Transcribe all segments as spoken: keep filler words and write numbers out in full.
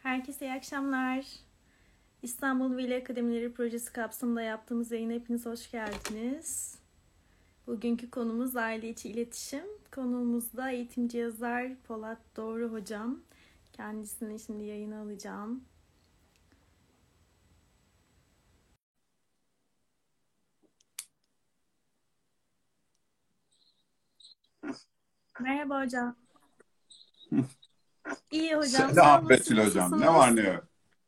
Herkese iyi akşamlar. İstanbul Veli Akademileri Projesi kapsamında yaptığımız yayına hepiniz hoş geldiniz. Bugünkü konumuz aile içi iletişim. Konuğumuz da eğitimci yazar Polat Doğru hocam. Kendisini şimdi yayına alacağım. Merhaba hocam. İyi hocam, sağ Selam olun. Siz Betül Hocam. Ne var nasılsınız? ne yok?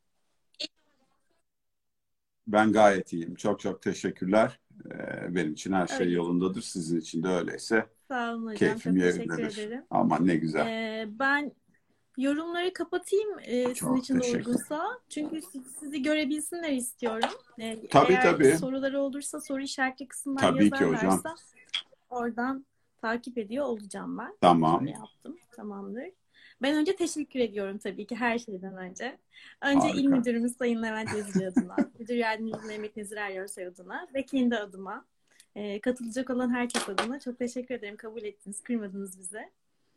Ben gayet iyiyim. Çok çok teşekkürler. Ee, benim için her şey Öyle. yolundadır. Sizin için de öyleyse Sağ olun hocam. keyfim Çok teşekkür yerindedir. ederim. Aman ne güzel. Ee, ben yorumları kapatayım e, sizin Çok için de teşekkür. uygunsa. Çünkü siz- sizi görebilsinler istiyorum. E, Tabii eğer tabii. soruları olursa soru işaretli kısımdan Tabii ki hocam. yazarlarsa oradan takip ediyor olacağım ben. Şöyle Tamam. yaptım. Tamamdır. Ben önce teşekkür ediyorum tabii ki her şeyden önce. Önce İl Harika. Müdürümüz Sayın Levent Yazıcı adına, Müdür Yardımcımız Mehmet Nezir Eryorsoy adına ve kendi adıma, e, katılacak olan herkes adına çok teşekkür ederim. Kabul ettiniz, kırmadınız bize.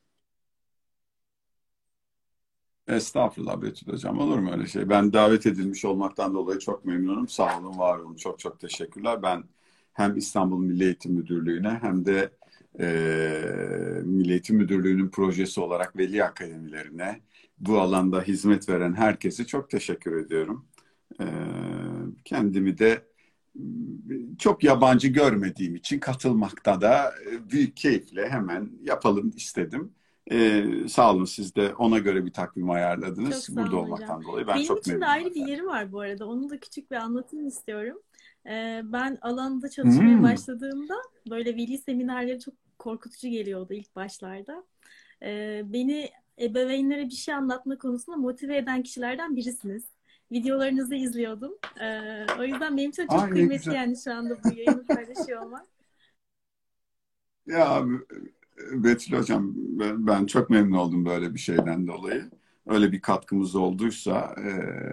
Estağfurullah Betül Hocam. Olur mu öyle şey? Ben davet edilmiş olmaktan dolayı çok memnunum. Sağ olun, var olun. Çok çok teşekkürler. Ben hem İstanbul Milli Eğitim Müdürlüğü'ne hem de e, Milli Eğitim Müdürlüğü'nün projesi olarak veli akademilerine bu alanda hizmet veren herkese çok teşekkür ediyorum. E, kendimi de çok yabancı görmediğim için katılmakta da büyük keyifle hemen yapalım istedim. Ee, sağ olun, siz de ona göre bir takvim ayarladınız. Çok sağ Burada olun hocam. olmaktan dolayı ben Benim çok için de memnunum ayrı bir efendim. yeri var bu arada. Onu da küçük bir anlatayım istiyorum. Ee, ben alanda çalışmaya Hmm. başladığımda böyle veli seminerleri çok korkutucu geliyordu ilk başlarda. Ee, beni ebeveynlere bir şey anlatma konusunda motive eden kişilerden birisiniz. Videolarınızı izliyordum. Ee, o yüzden benim için çok Ay ne kıymetli güzel. yani şu anda bu yayını paylaşıyor olmak. Ya Betül Hocam, ben, ben çok memnun oldum böyle bir şeyden dolayı. Öyle bir katkımız olduysa e,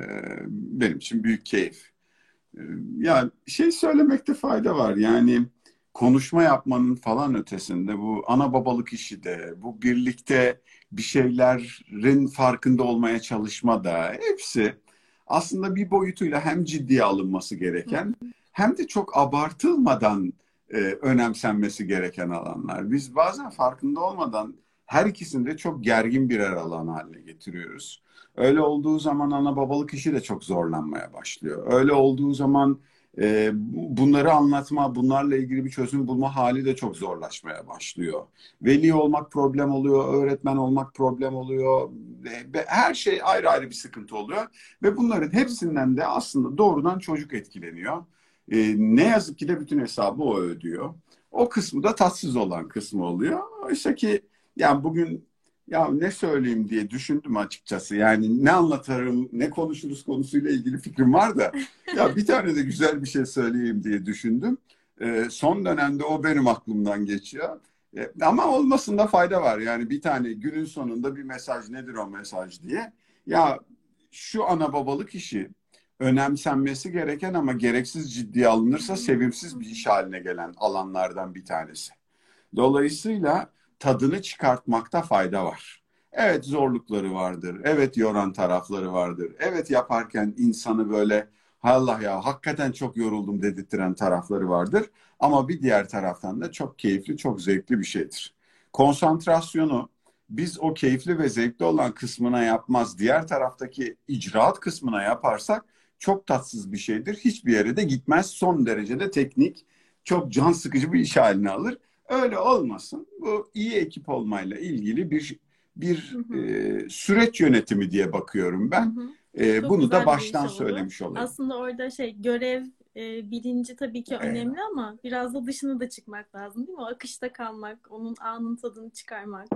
benim için büyük keyif. E, ya şey söylemekte fayda var. Yani konuşma yapmanın falan ötesinde bu ana babalık işi de, bu birlikte bir şeylerin farkında olmaya çalışma da hepsi aslında bir boyutuyla hem ciddiye alınması gereken hem de çok abartılmadan e, önemsenmesi gereken alanlar. Biz bazen farkında olmadan her ikisini de çok gergin birer alan haline getiriyoruz. Öyle olduğu zaman ana babalık işi de çok zorlanmaya başlıyor. Öyle olduğu zaman e, bunları anlatma, bunlarla ilgili bir çözüm bulma hali de çok zorlaşmaya başlıyor. Veli olmak problem oluyor, öğretmen olmak problem oluyor. E, her şey ayrı ayrı bir sıkıntı oluyor. Ve bunların hepsinden de aslında doğrudan çocuk etkileniyor. E, ne yazık ki de bütün hesabı o ödüyor. O kısmı da tatsız olan kısmı oluyor. Oysa ki yani bugün ya ne söyleyeyim diye düşündüm açıkçası. Yani ne anlatırım, ne konuşuruz konusuyla ilgili fikrim var da ya bir tane de güzel bir şey söyleyeyim diye düşündüm. Ee, son dönemde o benim aklımdan geçiyor. Ee, ama olmasında fayda var. Yani bir tane günün sonunda bir mesaj, nedir o mesaj diye. Ya şu ana babalık işi önemsenmesi gereken ama gereksiz ciddiye alınırsa sevimsiz bir iş haline gelen alanlardan bir tanesi. Dolayısıyla tadını çıkartmakta fayda var. Evet, zorlukları vardır. Evet, yoran tarafları vardır. Evet, yaparken insanı böyle Allah ya hakikaten çok yoruldum dedirttiren tarafları vardır. Ama bir diğer taraftan da çok keyifli, çok zevkli bir şeydir. Konsantrasyonu biz o keyifli ve zevkli olan kısmına yapmaz, diğer taraftaki icraat kısmına yaparsak çok tatsız bir şeydir. Hiçbir yere de gitmez. Son derecede teknik, çok can sıkıcı bir iş haline alır. Öyle olmasın. Bu iyi ekip olmayla ilgili bir bir Hı hı. e, süreç yönetimi diye bakıyorum Hı ben. hı. E, Çok bunu da güzel bir giriş baştan oldu. söylemiş olayım. Aslında orada şey görev e, bilinci tabii ki E, önemli ama biraz da dışına da çıkmak lazım değil mi? O akışta kalmak, onun anın tadını çıkarmak.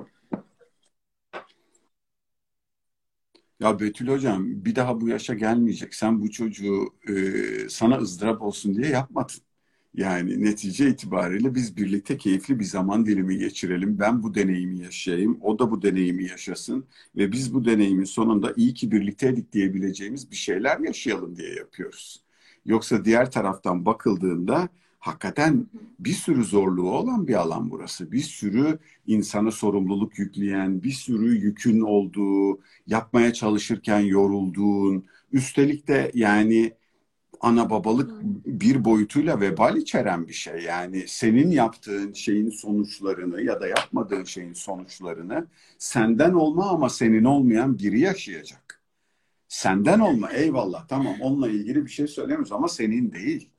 ya Betül Hocam, bir daha bu yaşa gelmeyecek. Sen bu çocuğu e, sana ızdırap olsun diye yapmadın. Yani netice itibariyle biz birlikte keyifli bir zaman dilimi geçirelim. Ben bu deneyimi yaşayayım, o da bu deneyimi yaşasın ve biz bu deneyimin sonunda iyi ki birlikteydik diyebileceğimiz bir şeyler yaşayalım diye yapıyoruz. Yoksa diğer taraftan bakıldığında Hakikaten bir sürü zorluğu olan bir alan burası. Bir sürü insana sorumluluk yükleyen, bir sürü yükün olduğu, yapmaya çalışırken yorulduğun, üstelik de yani ana babalık bir boyutuyla vebal içeren bir şey. Yani senin yaptığın şeyin sonuçlarını ya da yapmadığın şeyin sonuçlarını senden olma ama senin olmayan biri yaşayacak. Senden olma, eyvallah, tamam, onunla ilgili bir şey söylemiyoruz ama senin değil.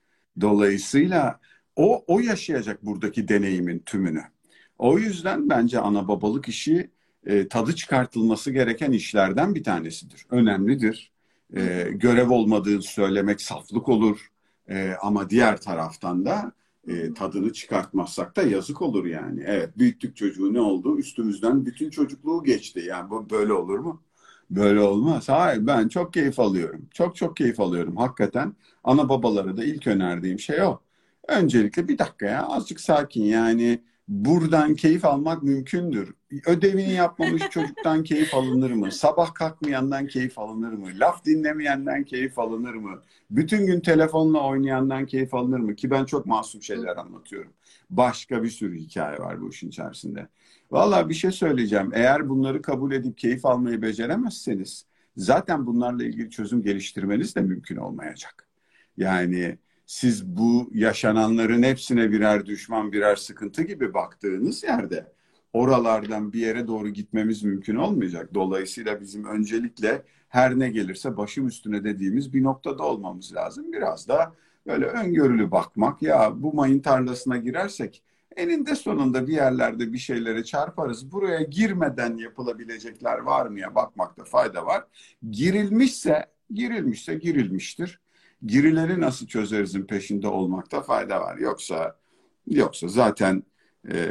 Dolayısıyla o, o yaşayacak buradaki deneyimin tümünü. O yüzden bence ana babalık işi e, tadı çıkartılması gereken işlerden bir tanesidir. Önemlidir. E, görev olmadığını söylemek saflık olur. E, ama diğer taraftan da e, tadını çıkartmazsak da yazık olur yani. Evet, büyüttük çocuğu, ne oldu? Üstümüzden bütün çocukluğu geçti. Yani bu böyle olur mu? Böyle olmaz. Hayır, ben çok keyif alıyorum. Çok çok keyif alıyorum hakikaten. Ana babalara da ilk önerdiğim şey o. Öncelikle bir dakika ya, azıcık sakin, yani buradan keyif almak mümkündür. Ödevini yapmamış çocuktan keyif alınır mı? Sabah kalkmayandan keyif alınır mı? Laf dinlemeyenden keyif alınır mı? Bütün gün telefonla oynayandan keyif alınır mı? Ki ben çok masum şeyler anlatıyorum. Başka bir sürü hikaye var bu işin içerisinde. Vallahi bir şey söyleyeceğim. Eğer bunları kabul edip keyif almayı beceremezseniz zaten bunlarla ilgili çözüm geliştirmeniz de mümkün olmayacak. Yani siz bu yaşananların hepsine birer düşman, birer sıkıntı gibi baktığınız yerde oralardan bir yere doğru gitmemiz mümkün olmayacak. Dolayısıyla bizim öncelikle her ne gelirse başım üstüne dediğimiz bir noktada olmamız lazım. Biraz da böyle öngörülü bakmak. Ya bu mayın tarlasına girersek eninde sonunda bir yerlerde bir şeylere çarparız. Buraya girmeden yapılabilecekler var mıya bakmakta fayda var. Girilmişse, girilmişse girilmiştir. Girileri nasıl çözerizin peşinde olmakta fayda var. Yoksa yoksa zaten e,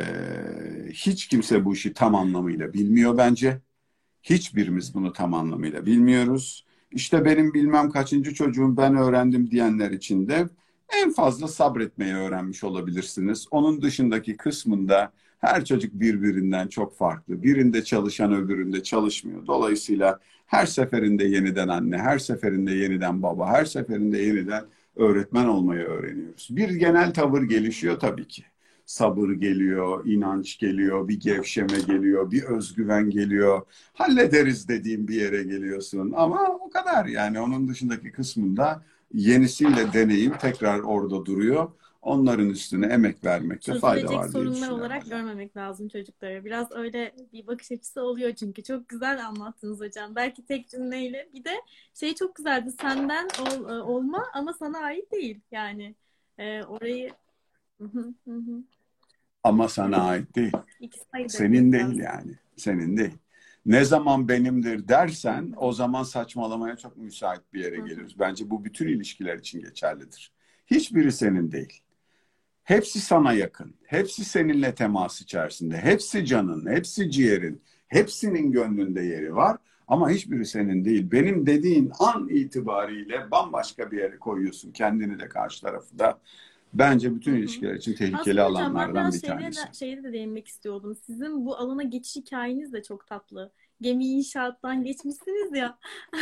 hiç kimse bu işi tam anlamıyla bilmiyor bence. Hiçbirimiz bunu tam anlamıyla bilmiyoruz. İşte benim bilmem kaçıncı çocuğum ben öğrendim diyenler için de en fazla sabretmeyi öğrenmiş olabilirsiniz. Onun dışındaki kısmında her çocuk birbirinden çok farklı. Birinde çalışan öbüründe çalışmıyor. Dolayısıyla her seferinde yeniden anne, her seferinde yeniden baba, her seferinde yeniden öğretmen olmayı öğreniyoruz. Bir genel tavır gelişiyor tabii ki. Sabır geliyor, inanç geliyor, bir gevşeme geliyor, bir özgüven geliyor. Hallederiz dediğim bir yere geliyorsun ama o kadar, yani onun dışındaki kısmında yenisiyle deneyim tekrar orada duruyor. Onların üstüne emek vermekte fayda Çözülecek var diye sorunlar düşünüyorum olarak hocam. görmemek lazım çocuklara. Biraz öyle bir bakış açısı oluyor çünkü. Çok güzel anlattınız hocam. Belki tek cümleyle. Bir de şey çok güzeldi. Senden ol, e, olma ama sana ait değil. Yani e, orayı Hı hı, hı hı. Ama sana ait değil. İkisi ayırt Senin etmek değil lazım. yani. Senin değil. Ne zaman benimdir dersen o zaman saçmalamaya çok müsait bir yere Hı hı. geliyoruz. Bence bu bütün ilişkiler için geçerlidir. Hiçbiri senin değil. Hepsi sana yakın. Hepsi seninle temas içerisinde. Hepsi canın, hepsi ciğerin. Hepsinin gönlünde yeri var. Ama hiçbiri senin değil. Benim dediğin an itibariyle bambaşka bir yere koyuyorsun kendini de karşı tarafı da. Bence Hı bütün hı. ilişkiler için tehlikeli Aslında hocam ben alanlardan biraz bir şeyde de, tanesi. şeyde de değinmek istiyordum. Sizin bu alana geçiş hikayeniz de çok tatlı. Gemi inşaattan geçmişsiniz ya.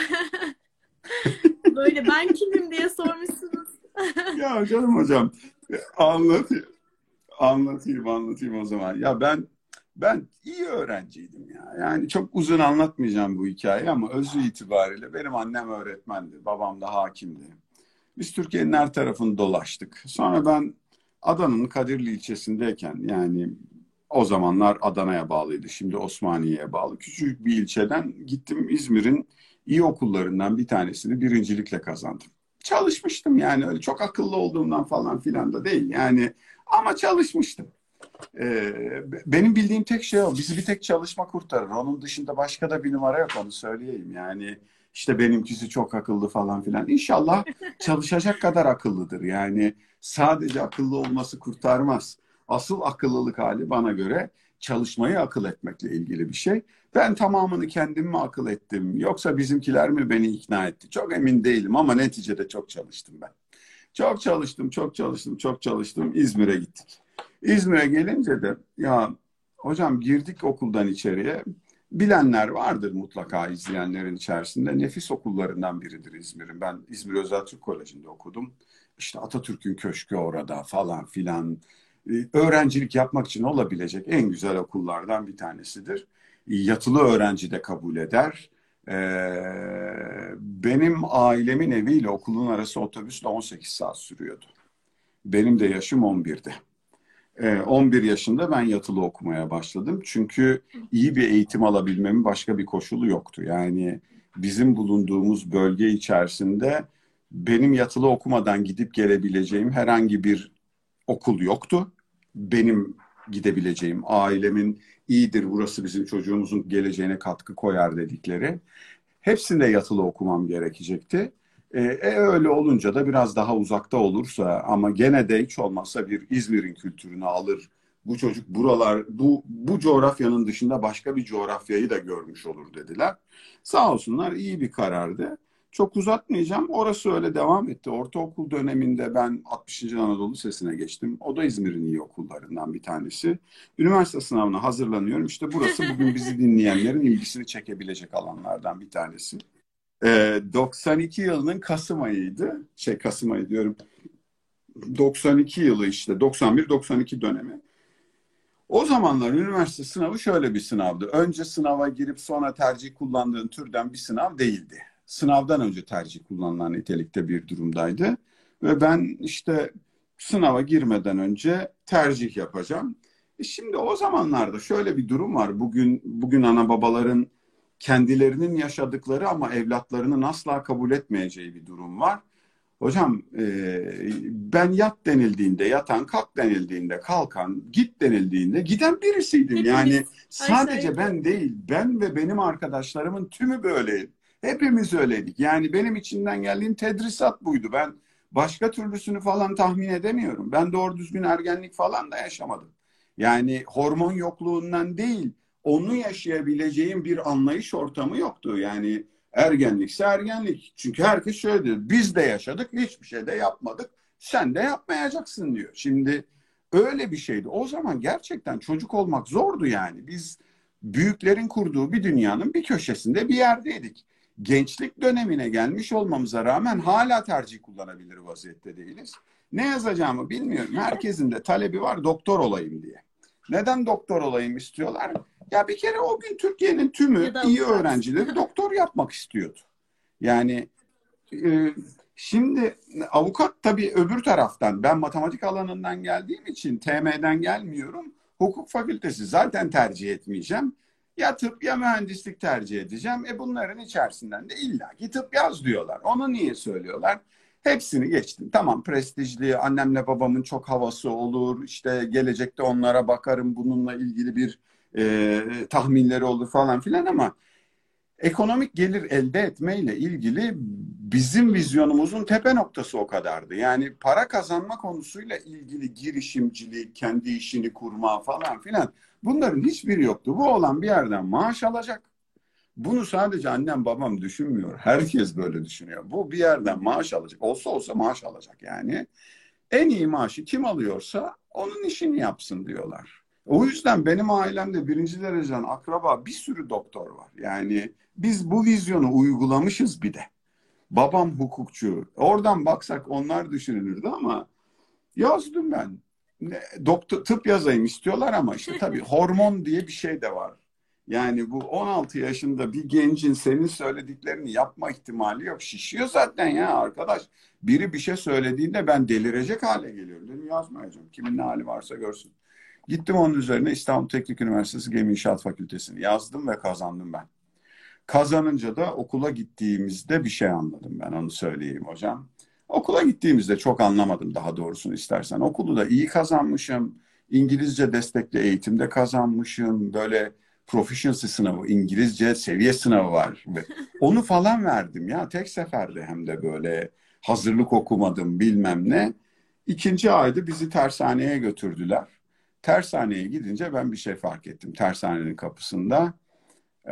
Böyle ben kimim diye sormuşsunuz. Ya canım hocam, anlatayım, anlatayım, anlatayım o zaman. Ya ben ben iyi öğrenciydim ya. Yani çok uzun anlatmayacağım bu hikayeyi ama özü itibariyle benim annem öğretmendi, babam da hakimdi. Biz Türkiye'nin her tarafını dolaştık. Sonra ben Adana'nın Kadirli ilçesindeyken, yani o zamanlar Adana'ya bağlıydı. Şimdi Osmaniye'ye bağlı. Küçücük bir ilçeden gittim, İzmir'in iyi okullarından bir tanesini birincilikle kazandım. Çalışmıştım yani, öyle çok akıllı olduğumdan falan filan da değil. Yani ama çalışmıştım. Ee, benim bildiğim tek şey o. Bizi bir tek çalışma kurtarır. Onun dışında başka da bir numara yok, onu söyleyeyim. Yani işte benimkisi çok akıllı falan filan. İnşallah çalışacak kadar akıllıdır. Yani sadece akıllı olması kurtarmaz. Asıl akıllılık hali bana göre çalışmayı akıl etmekle ilgili bir şey. Ben tamamını kendim mi akıl ettim yoksa bizimkiler mi beni ikna etti? Çok emin değilim ama neticede çok çalıştım ben. Çok çalıştım, çok çalıştım, çok çalıştım. İzmir'e gittik. İzmir'e gelince de ya hocam girdik okuldan içeriye. Bilenler vardır mutlaka izleyenlerin içerisinde. Nefis okullarından biridir İzmir'in. Ben İzmir Özel Türk Koleji'nde okudum. işte Atatürk'ün köşkü orada falan filan. E, öğrencilik yapmak için olabilecek en güzel okullardan bir tanesidir. Yatılı öğrenci de kabul eder. E, benim ailemin eviyle okulun arası otobüsle on sekiz saat sürüyordu. Benim de yaşım on birde. Ee, on bir yaşında ben yatılı okumaya başladım. Çünkü iyi bir eğitim alabilmemin başka bir koşulu yoktu. Yani bizim bulunduğumuz bölge içerisinde benim yatılı okumadan gidip gelebileceğim herhangi bir okul yoktu. Benim gidebileceğim, ailemin iyidir, burası bizim çocuğumuzun geleceğine katkı koyar dedikleri. Hepsinde yatılı okumam gerekecekti. E, e, öyle olunca da biraz daha uzakta olursa ama gene de hiç olmazsa bir İzmir'in kültürünü alır. Bu çocuk buralar, bu, bu coğrafyanın dışında başka bir coğrafyayı da görmüş olur dediler. Sağ olsunlar, iyi bir karardı. Çok uzatmayacağım. Orası öyle devam etti. Ortaokul döneminde ben altmışıncı Anadolu Lisesi'ne geçtim. O da İzmir'in iyi okullarından bir tanesi. Üniversite sınavına hazırlanıyorum. İşte burası bugün bizi dinleyenlerin ilgisini çekebilecek alanlardan bir tanesi. Ee, doksan iki yılının Kasım ayıydı. Şey Kasım ayı diyorum. doksan iki yılı işte doksan bir doksan iki dönemi. O zamanlar üniversite sınavı şöyle bir sınavdı. Önce sınava girip sonra tercih kullandığın türden bir sınav değildi. Sınavdan önce tercih kullanılan nitelikte bir durumdaydı. Ve ben işte sınava girmeden önce tercih yapacağım. E şimdi o zamanlarda şöyle bir durum var. Bugün bugün ana babaların kendilerinin yaşadıkları ama evlatlarının asla kabul etmeyeceği bir durum var. Hocam e, ben yat denildiğinde yatan, kalk denildiğinde kalkan, git denildiğinde giden birisiydim. Yani Hepimiz sadece aşağı ben değil, ben ve benim arkadaşlarımın tümü böyleydi. Hepimiz öyleydik. Yani benim içinden geldiğim tedrisat buydu. Ben başka türlüsünü falan tahmin edemiyorum. Ben doğru düzgün ergenlik falan da yaşamadım. Yani hormon yokluğundan değil, onu yaşayabileceğim bir anlayış ortamı yoktu. Yani ergenlikse ergenlik. Çünkü herkes şöyle diyor. Biz de yaşadık, hiçbir şey de yapmadık. Sen de yapmayacaksın diyor. Şimdi öyle bir şeydi. O zaman gerçekten çocuk olmak zordu yani. Biz büyüklerin kurduğu bir dünyanın bir köşesinde bir yerdeydik. Gençlik dönemine gelmiş olmamıza rağmen hala tercih kullanabilir vaziyette değiliz. Ne yazacağımı bilmiyorum. Herkesin de talebi var doktor olayım diye. Neden doktor olayım istiyorlar? Ya bir kere o gün Türkiye'nin tümü ya da iyi avukat. öğrencileri doktor yapmak istiyordu. Yani e, şimdi avukat tabii öbür taraftan ben matematik alanından geldiğim için T M'den gelmiyorum. Hukuk fakültesi zaten tercih etmeyeceğim. Ya tıp ya mühendislik tercih edeceğim. E bunların içerisinden de illa ki tıp yaz diyorlar. Onu niye söylüyorlar? Hepsini geçtim. Tamam prestijli, annemle babamın çok havası olur. İşte gelecekte onlara bakarım bununla ilgili bir e, tahminleri olur falan filan ama ekonomik gelir elde etmeyle ilgili bizim vizyonumuzun tepe noktası o kadardı. Yani para kazanma konusuyla ilgili girişimcilik, kendi işini kurma falan filan bunların hiçbiri yoktu. Bu olan bir yerden maaş alacak. Bunu sadece annem babam düşünmüyor. Herkes böyle düşünüyor. Bu bir yerden maaş alacak. Olsa olsa maaş alacak yani. En iyi maaşı kim alıyorsa onun işini yapsın diyorlar. O yüzden benim ailemde birinci dereceden akraba bir sürü doktor var. Yani biz bu vizyonu uygulamışız bir de. Babam hukukçu. Oradan baksak onlar düşünülürdü ama yazdım ben. Ne, doktor, tıp yazayım istiyorlar ama işte tabii hormon diye bir şey de var. Yani bu on altı yaşında bir gencin senin söylediklerini yapma ihtimali yok. Şişiyor zaten ya arkadaş. Biri bir şey söylediğinde ben delirecek hale geliyorum. Dedim yazmayacağım. Kimin ne hali varsa görsün. Gittim onun üzerine İstanbul Teknik Üniversitesi Gemi İnşaat Fakültesini yazdım ve kazandım ben. Kazanınca da okula gittiğimizde bir şey anladım ben onu söyleyeyim hocam. Okula gittiğimizde çok anlamadım daha doğrusunu istersen. Okulu da iyi kazanmışım. İngilizce destekli eğitimde kazanmışım. Böyle proficiency sınavı, İngilizce seviye sınavı var. Ve onu falan verdim ya tek seferde hem de böyle hazırlık okumadım bilmem ne. İkinci ayda bizi tersaneye götürdüler. Tersaneye gidince ben bir şey fark ettim. Tersanenin kapısında. Ee,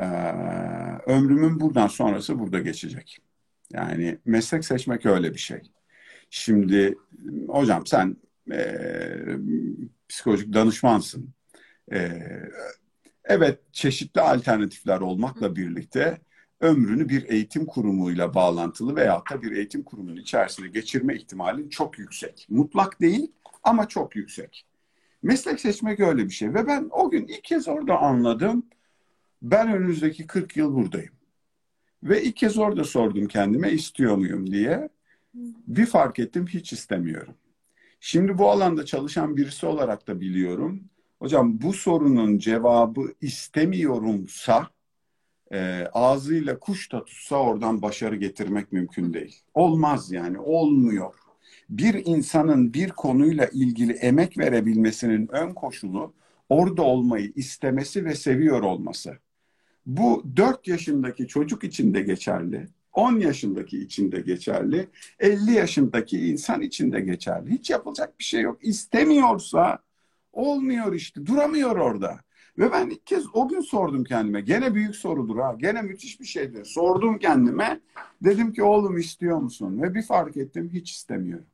ömrümün buradan sonrası burada geçecek. Yani meslek seçmek öyle bir şey. Şimdi hocam sen e, psikolojik danışmansın. E, evet çeşitli alternatifler olmakla birlikte ömrünü bir eğitim kurumuyla bağlantılı veyahut da bir eğitim kurumunun içerisinde geçirme ihtimalin çok yüksek. Mutlak değil ama çok yüksek. Meslek seçmek öyle bir şey ve ben o gün ilk kez orada anladım. Ben önümüzdeki kırk yıl buradayım. Ve ilk kez orada sordum kendime istiyor muyum diye. Bir fark ettim hiç istemiyorum. Şimdi bu alanda çalışan birisi olarak da biliyorum. Hocam bu sorunun cevabı istemiyorumsa e, ağzıyla kuş da tutsa oradan başarı getirmek mümkün değil. Olmaz yani olmuyor. Bir insanın bir konuyla ilgili emek verebilmesinin ön koşulu orada olmayı istemesi ve seviyor olması. Bu dört yaşındaki çocuk için de geçerli, on yaşındaki için de geçerli, elli yaşındaki insan için de geçerli. Hiç yapılacak bir şey yok. İstemiyorsa olmuyor işte, duramıyor orada. Ve ben ilk kez o gün sordum kendime. Gene büyük sorudur ha, gene müthiş bir şeydir. Sordum kendime, dedim ki oğlum istiyor musun? Ve bir fark ettim hiç istemiyorum.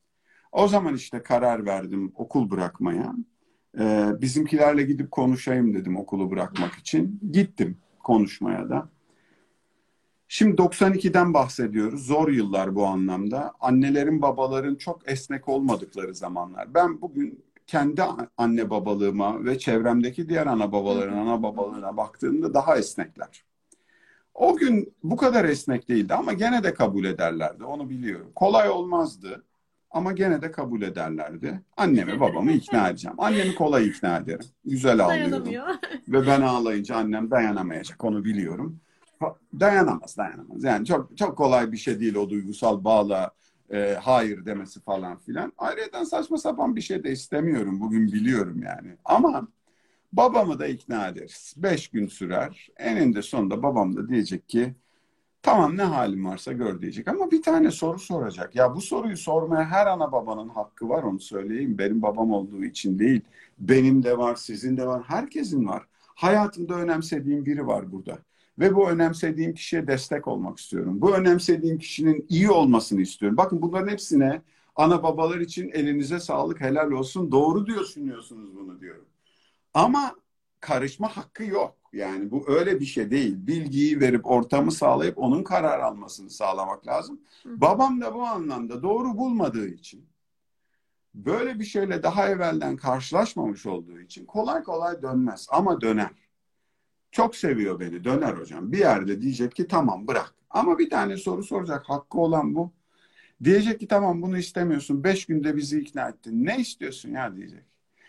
O zaman işte karar verdim okul bırakmaya. Ee, bizimkilerle gidip konuşayım dedim okulu bırakmak için. Gittim konuşmaya da. Şimdi doksan ikiden bahsediyoruz. Zor yıllar bu anlamda. Annelerin, babaların çok esnek olmadıkları zamanlar. Ben bugün kendi anne babalığıma ve çevremdeki diğer ana babaların ana babalığına baktığımda daha esnekler. O gün bu kadar esnek değildi ama gene de kabul ederlerdi. Onu biliyorum. Kolay olmazdı. Ama gene de kabul ederlerdi. Annemi babamı ikna edeceğim. Annemi kolay ikna ederim. Güzel ağlıyorum. Dayanamıyor. Ve ben ağlayınca annem dayanamayacak. Onu biliyorum. Dayanamaz, dayanamaz. Yani çok çok kolay bir şey değil o duygusal bağla e, hayır demesi falan filan. Ayrıca saçma sapan bir şey de istemiyorum. Bugün biliyorum yani. Ama babamı da ikna ederiz. Beş gün sürer. Eninde sonunda babam da diyecek ki tamam ne halim varsa gör diyecek ama bir tane soru soracak. Ya bu soruyu sormaya her ana babanın hakkı var onu söyleyeyim. Benim babam olduğu için değil. Benim de var, sizin de var, herkesin var. Hayatımda önemsediğim biri var burada. Ve bu önemsediğim kişiye destek olmak istiyorum. Bu önemsediğim kişinin iyi olmasını istiyorum. Bakın bunların hepsine ana babalar için elinize sağlık helal olsun. Doğru diyor sunuyorsunuz bunu diyorum. Ama karışma hakkı yok. Yani bu öyle bir şey değil. Bilgiyi verip ortamı sağlayıp onun karar almasını sağlamak lazım. Hı. Babam da bu anlamda doğru bulmadığı için böyle bir şeyle daha evvelden karşılaşmamış olduğu için kolay kolay dönmez ama döner. Çok seviyor beni döner hocam. Bir yerde diyecek ki tamam bırak. Ama bir tane soru soracak hakkı olan bu. Diyecek ki tamam bunu istemiyorsun. Beş günde bizi ikna ettin. Ne istiyorsun ya diyecek.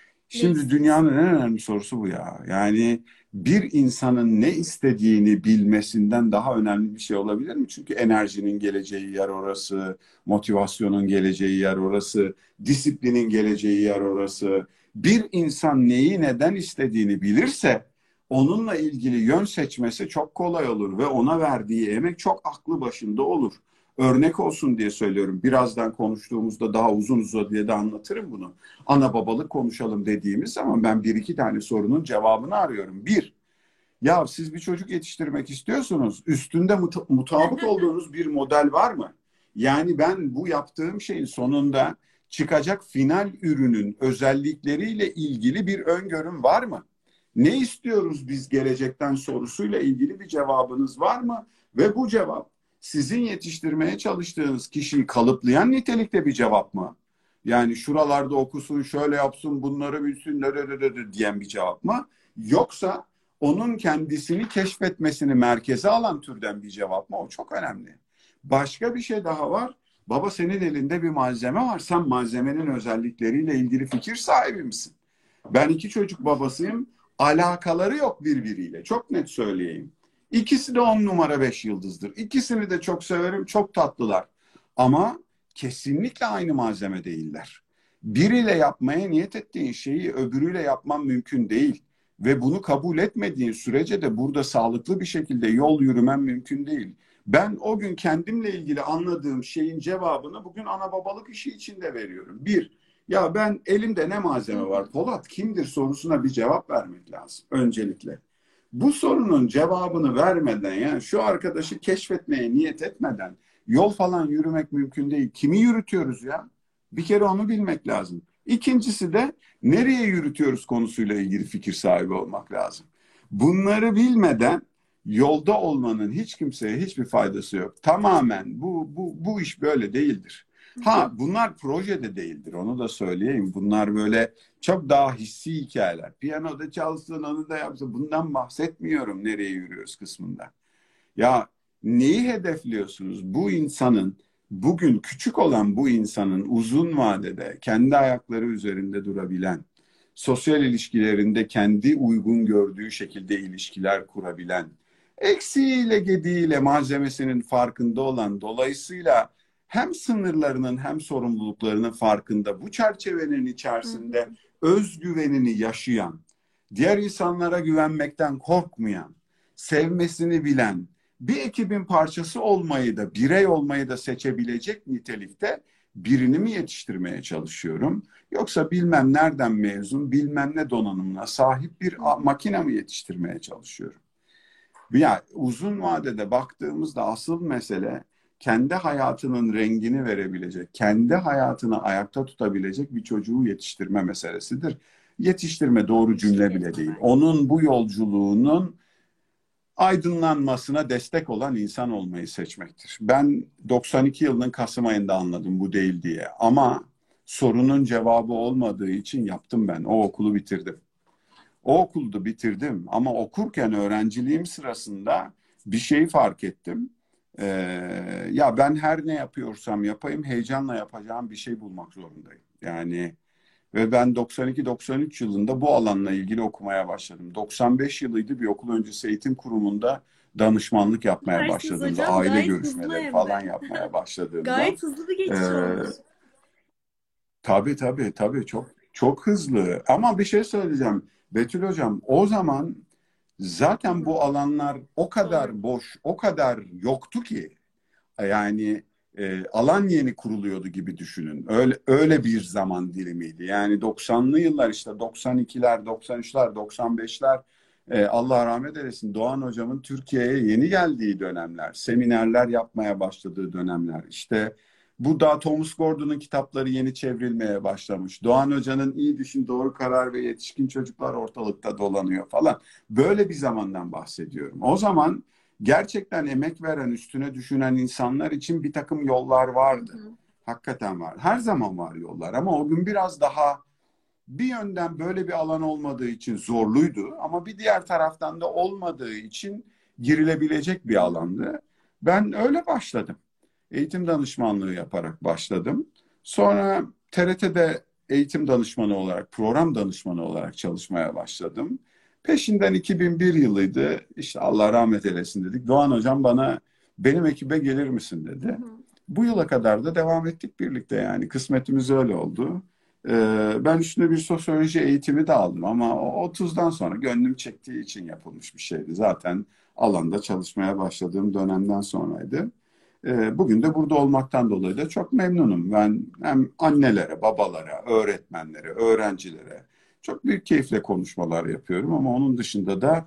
Şimdi dünyanın en önemli sorusu bu ya. Yani bir insanın ne istediğini bilmesinden daha önemli bir şey olabilir mi? Çünkü enerjinin geleceği yer orası, motivasyonun geleceği yer orası, disiplinin geleceği yer orası. Bir insan neyi neden istediğini bilirse onunla ilgili yön seçmesi çok kolay olur ve ona verdiği emek çok aklı başında olur. Örnek olsun diye söylüyorum. Birazdan konuştuğumuzda daha uzun uzadıya da anlatırım bunu. Ana babalık konuşalım dediğimiz zaman ben bir iki tane sorunun cevabını arıyorum. Bir, ya siz bir çocuk yetiştirmek istiyorsunuz. Üstünde mut- mutabık olduğunuz bir model var mı? Yani ben bu yaptığım şeyin sonunda çıkacak final ürünün özellikleriyle ilgili bir öngörüm var mı? Ne istiyoruz biz gelecekten sorusuyla ilgili bir cevabınız var mı? Ve bu cevap sizin yetiştirmeye çalıştığınız kişiyi kalıplayan nitelikte bir cevap mı? Yani şuralarda okusun, şöyle yapsın, bunları bilsin, diyen bir cevap mı? Yoksa onun kendisini keşfetmesini merkeze alan türden bir cevap mı? O çok önemli. Başka bir şey daha var. Baba senin elinde bir malzeme var. Sen malzemenin özellikleriyle ilgili fikir sahibi misin? Ben iki çocuk babasıyım. Alakaları yok birbiriyle. Çok net söyleyeyim. İkisi de on numara beş yıldızdır. İkisini de çok severim, çok tatlılar. Ama kesinlikle aynı malzeme değiller. Biriyle yapmaya niyet ettiğin şeyi öbürüyle yapman mümkün değil. Ve bunu kabul etmediğin sürece de burada sağlıklı bir şekilde yol yürümen mümkün değil. Ben o gün kendimle ilgili anladığım şeyin cevabını bugün ana babalık işi içinde veriyorum. Bir, ya ben elimde ne malzeme var? Polat kimdir sorusuna bir cevap vermek lazım öncelikle. Bu sorunun cevabını vermeden yani şu arkadaşı keşfetmeye niyet etmeden yol falan yürümek mümkün değil. Kimi yürütüyoruz ya? Bir kere onu bilmek lazım. İkincisi de nereye yürütüyoruz konusuyla ilgili fikir sahibi olmak lazım. Bunları bilmeden Yolda olmanın hiç kimseye hiçbir faydası yok. Tamamen bu, bu, bu iş böyle değildir. Ha, bunlar projede değildir, onu da söyleyeyim. Bunlar böyle çok daha hissi hikayeler. Piyanoda çalsın, onu da yapsın. Bundan bahsetmiyorum, nereye yürüyoruz kısmında. Ya neyi hedefliyorsunuz? Bu insanın, bugün küçük olan bu insanın uzun vadede kendi ayakları üzerinde durabilen, sosyal ilişkilerinde kendi uygun gördüğü şekilde ilişkiler kurabilen, eksiğiyle gediğiyle malzemesinin farkında olan, dolayısıyla hem sınırlarının hem sorumluluklarının farkında, bu çerçevenin içerisinde özgüvenini yaşayan, diğer insanlara güvenmekten korkmayan, sevmesini bilen, bir ekibin parçası olmayı da, birey olmayı da seçebilecek nitelikte birini mi yetiştirmeye çalışıyorum? Yoksa bilmem nereden mezun, bilmem ne donanımına sahip bir makine mi yetiştirmeye çalışıyorum? Yani uzun vadede baktığımızda asıl mesele kendi hayatının rengini verebilecek, kendi hayatını ayakta tutabilecek bir çocuğu yetiştirme meselesidir. Yetiştirme doğru cümle bile değil. Onun bu yolculuğunun aydınlanmasına destek olan insan olmayı seçmektir. Ben doksan iki yılının Kasım ayında anladım bu değil diye. Ama sorunun cevabı olmadığı için yaptım ben. O okulu bitirdim. O okulu da bitirdim ama okurken öğrenciliğim sırasında bir şeyi fark ettim. Ee, ya ben her ne yapıyorsam yapayım heyecanla yapacağım bir şey bulmak zorundayım. Yani ve ben doksan iki doksan üç yılında bu alanla ilgili okumaya başladım. doksan beş yılıydı, bir okul öncesi eğitim kurumunda danışmanlık yapmaya Süpersiniz başladığımda, hocam. aile Gayet hızlı görüşmeleri hem falan de. yapmaya başladığımda. Gayet hızlı bir E, geçiş olmuş. tabii tabii tabii çok çok hızlı. Ama bir şey söyleyeceğim Betül Hocam, o zaman zaten bu alanlar o kadar Doğru. boş, o kadar yoktu ki. Yani e, alan yeni kuruluyordu gibi düşünün. Öyle öyle bir zaman dilimiydi. Yani doksanlı yıllar, işte doksan ikiler, doksan üçler, doksan beşler, e, Allah rahmet eylesin, Doğan hocamın Türkiye'ye yeni geldiği dönemler, seminerler yapmaya başladığı dönemler. İşte bu da Thomas Gordon'un kitapları yeni çevrilmeye başlamış. Doğan hocanın iyi düşün, doğru karar ve yetişkin çocuklar ortalıkta dolanıyor falan. Böyle bir zamandan bahsediyorum. O zaman gerçekten emek veren, üstüne düşünen insanlar için bir takım yollar vardı. Hı hı. Hakikaten var. Her zaman var yollar ama o gün biraz daha bir yönden böyle bir alan olmadığı için zorluydu ama bir diğer taraftan da olmadığı için girilebilecek bir alandı. Ben öyle başladım. Eğitim danışmanlığı yaparak başladım. Sonra T R T'de eğitim danışmanı olarak, program danışmanı olarak çalışmaya başladım. Peşinden iki bin bir yılıydı. İşte Allah rahmet eylesin dedik. Doğan hocam bana benim ekibe gelir misin dedi. Hı hı. Bu yıla kadar da devam ettik birlikte, yani kısmetimiz öyle oldu. Ee, ben üstüne bir sosyoloji eğitimi de aldım ama o otuzdan sonra gönlüm çektiği için yapılmış bir şeydi. Zaten alanda çalışmaya başladığım dönemden sonraydı. Ee, bugün de burada olmaktan dolayı da çok memnunum. Ben hem annelere, babalara, öğretmenlere, öğrencilere çok büyük keyifle konuşmalar yapıyorum ama onun dışında da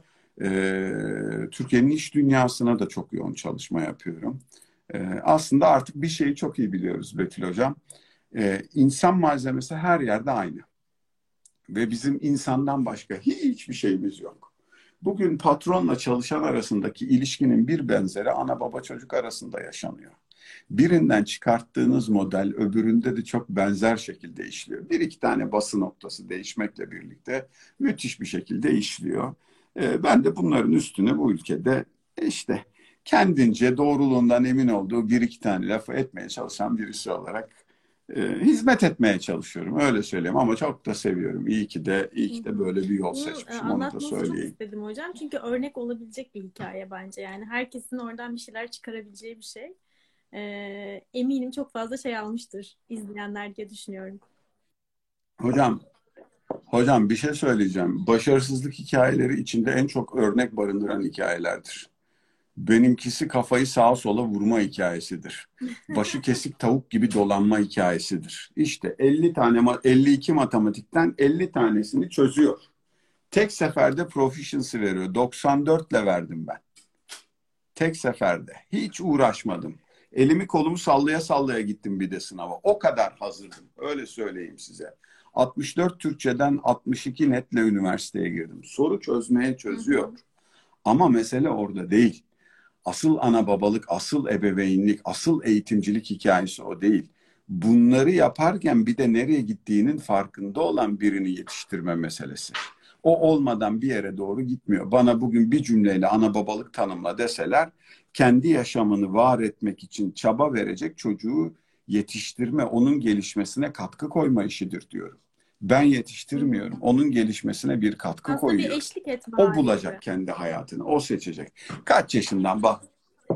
e, Türkiye'nin iş dünyasına da çok yoğun çalışma yapıyorum. E, aslında artık bir şeyi çok iyi biliyoruz Betül Hocam. E, insan malzemesi her yerde aynı. Ve bizim insandan başka hiçbir şeyimiz yok. Bugün patronla çalışan arasındaki ilişkinin bir benzeri ana baba çocuk arasında yaşanıyor. Birinden çıkarttığınız model öbüründe de çok benzer şekilde işliyor. Bir iki tane bası noktası değişmekle birlikte müthiş bir şekilde işliyor. Ee, ben de bunların üstüne bu ülkede işte kendince doğruluğundan emin olduğu bir iki tane lafı etmeye çalışan birisi olarak e, hizmet etmeye çalışıyorum. Öyle söyleyeyim ama çok da seviyorum. İyi ki de iyi ki de böyle bir yol Bunu e, seçmişim. Onu da anlatmanızı çok söyleyeyim. istedim hocam. Çünkü örnek olabilecek bir hikaye bence. Yani herkesin oradan bir şeyler çıkarabileceği bir şey. Ee, eminim çok fazla şey almıştır izleyenler diye düşünüyorum. Hocam, hocam bir şey söyleyeceğim. Başarısızlık hikayeleri içinde en çok örnek barındıran hikayelerdir. Benimkisi kafayı sağa sola vurma hikayesidir. Başı kesik tavuk gibi dolanma hikayesidir. İşte elli tane elli iki matematikten elli tanesini çözüyor. Tek seferde proficiency veriyor. doksan dörtle verdim ben. Tek seferde. Hiç uğraşmadım. Elimi kolumu sallaya sallaya gittim bir de sınava. O kadar hazırdım. Öyle söyleyeyim size. altmış dört Türkçeden altmış iki netle üniversiteye girdim. Soru çözmeye çözüyor. Ama mesele orada değil. Asıl ana babalık, asıl ebeveynlik, asıl eğitimcilik hikayesi o değil. Bunları yaparken bir de nereye gittiğinin farkında olan birini yetiştirme meselesi. O olmadan bir yere doğru gitmiyor. Bana bugün bir cümleyle ana babalık tanımla deseler, kendi yaşamını var etmek için çaba verecek çocuğu yetiştirme, onun gelişmesine katkı koyma işidir diyorum. Ben Hı hı. yetiştirmiyorum, onun gelişmesine bir katkı Aslında bir koyuyorum. eşlik etme O hali gibi. bulacak kendi hayatını, o seçecek. Kaç yaşından bak.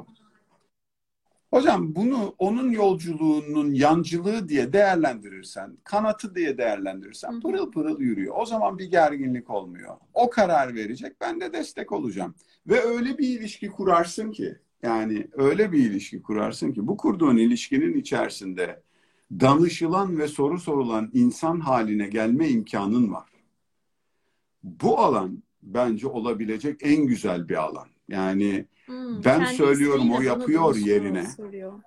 Hocam bunu onun yolculuğunun yancılığı diye değerlendirirsen, kanatı diye Hı değerlendirirsen hı. pırıl pırıl yürüyor. O zaman bir gerginlik olmuyor. O karar verecek, ben de destek olacağım. Ve öyle bir ilişki kurarsın ki, yani öyle bir ilişki kurarsın ki bu kurduğun ilişkinin içerisinde danışılan ve soru sorulan insan haline gelme imkanın var. Bu alan bence olabilecek en güzel bir alan. Yani Hmm, ben kendi söylüyorum, o isteğiyle bana yapıyor danışıyor, yerine. soruyor.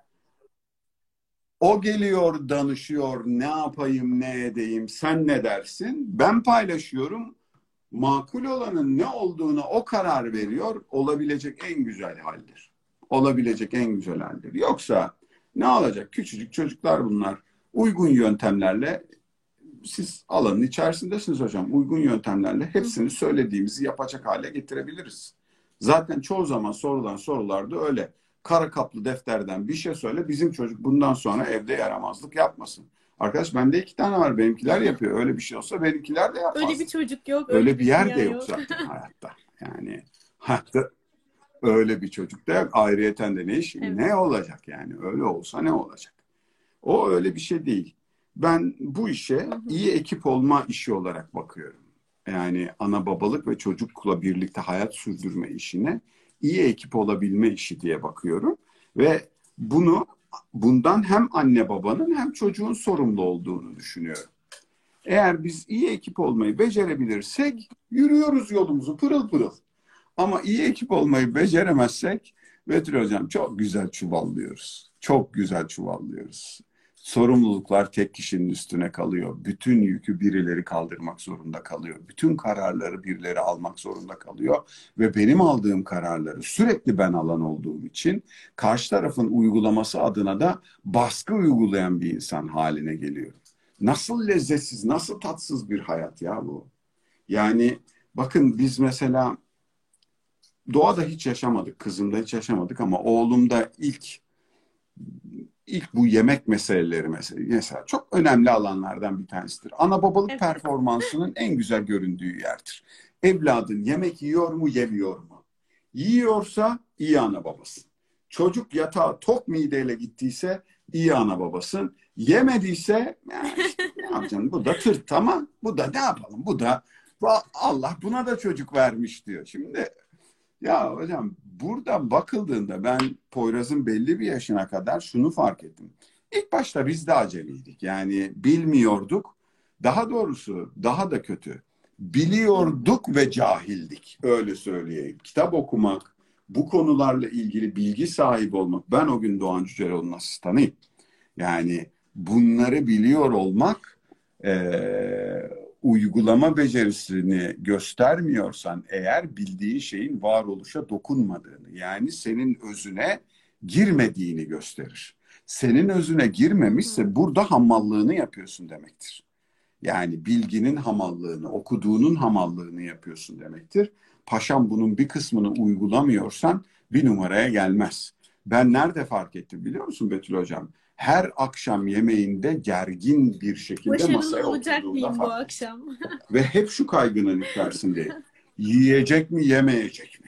O geliyor, danışıyor, ne yapayım, ne edeyim, sen ne dersin? Ben paylaşıyorum, makul olanın ne olduğunu o karar veriyor, olabilecek en güzel haldir. Olabilecek en güzel haldir. Yoksa ne olacak? Küçücük çocuklar bunlar. Uygun yöntemlerle, siz alanın içerisindesiniz hocam. Uygun yöntemlerle Hı hepsini hı. söylediğimizi yapacak hale getirebiliriz. Zaten çoğu zaman sorulan sorularda öyle. Kara kaplı defterden bir şey söyle, bizim çocuk bundan sonra evde yaramazlık yapmasın. Arkadaş bende iki tane var, benimkiler yapıyor. Öyle bir şey olsa benimkiler de Öyle bir yapmaz. çocuk yok, öyle Öyle bir bir yer de dünya yok yok. zaten hayatta. Yani hayatta öyle bir çocuk da yok. Ayrıyeten de ne iş, Evet. ne olacak yani? Öyle olsa ne olacak? O öyle bir şey değil. Ben bu işe Hı hı. iyi ekip olma işi olarak bakıyorum. Yani ana babalık ve çocukla birlikte hayat sürdürme işine iyi ekip olabilme işi diye bakıyorum. Ve bunu bundan hem anne babanın hem çocuğun sorumlu olduğunu düşünüyorum. Eğer biz iyi ekip olmayı becerebilirsek yürüyoruz yolumuzu pırıl pırıl. Ama iyi ekip olmayı beceremezsek Betül Hocam çok güzel çuvallıyoruz. Çok güzel çuvallıyoruz. Sorumluluklar tek kişinin üstüne kalıyor. Bütün yükü birileri kaldırmak zorunda kalıyor. Bütün kararları birileri almak zorunda kalıyor. Ve benim aldığım kararları sürekli ben alan olduğum için karşı tarafın uygulaması adına da baskı uygulayan bir insan haline geliyorum. Nasıl lezzetsiz, nasıl tatsız bir hayat ya bu. Yani bakın biz mesela doğada hiç yaşamadık, kızımda hiç yaşamadık ama oğlumda ilk ilk bu yemek meseleleri mesela, mesela çok önemli alanlardan bir tanesidir. Ana babalık Evet. performansının en güzel göründüğü yerdir. Evladın yemek yiyor mu, yemiyor mu? Yiyorsa iyi ana babasın. Çocuk yatağa tok mideyle gittiyse iyi ana babasın. Yemediyse ya işte ne yapacaksın? Bu da tırt ama bu da ne yapalım? Bu da Allah buna da çocuk vermiş diyor. Şimdi ya hocam buradan bakıldığında ben Poyraz'ın belli bir yaşına kadar şunu fark ettim. İlk başta biz de aceleydik. Yani bilmiyorduk. Daha doğrusu daha da kötü. Hı hı. Biliyorduk ve cahildik. Öyle söyleyeyim. Kitap okumak, bu konularla ilgili bilgi sahibi olmak. Ben o gün Doğan Cüceloğlu'nun asistanıyım. Yani bunları biliyor olmak, e, uygulama becerisini göstermiyorsan eğer, bildiğin şeyin varoluşa dokunmadığını, yani senin özüne girmediğini gösterir. Senin özüne Hı hı. girmemişse burada hamallığını yapıyorsun demektir. Yani bilginin hamallığını, okuduğunun hamallığını yapıyorsun demektir. Paşam bunun bir kısmını uygulamıyorsan bir numaraya gelmez. Ben nerede fark ettim biliyor musun Betül Hocam? Her akşam yemeğinde gergin bir şekilde Başarılı masaya olacak oturduğumda mıyım bu fark ettim. akşam? Ve hep şu kaygının içerisindeyim. Yiyecek mi, yemeyecek mi?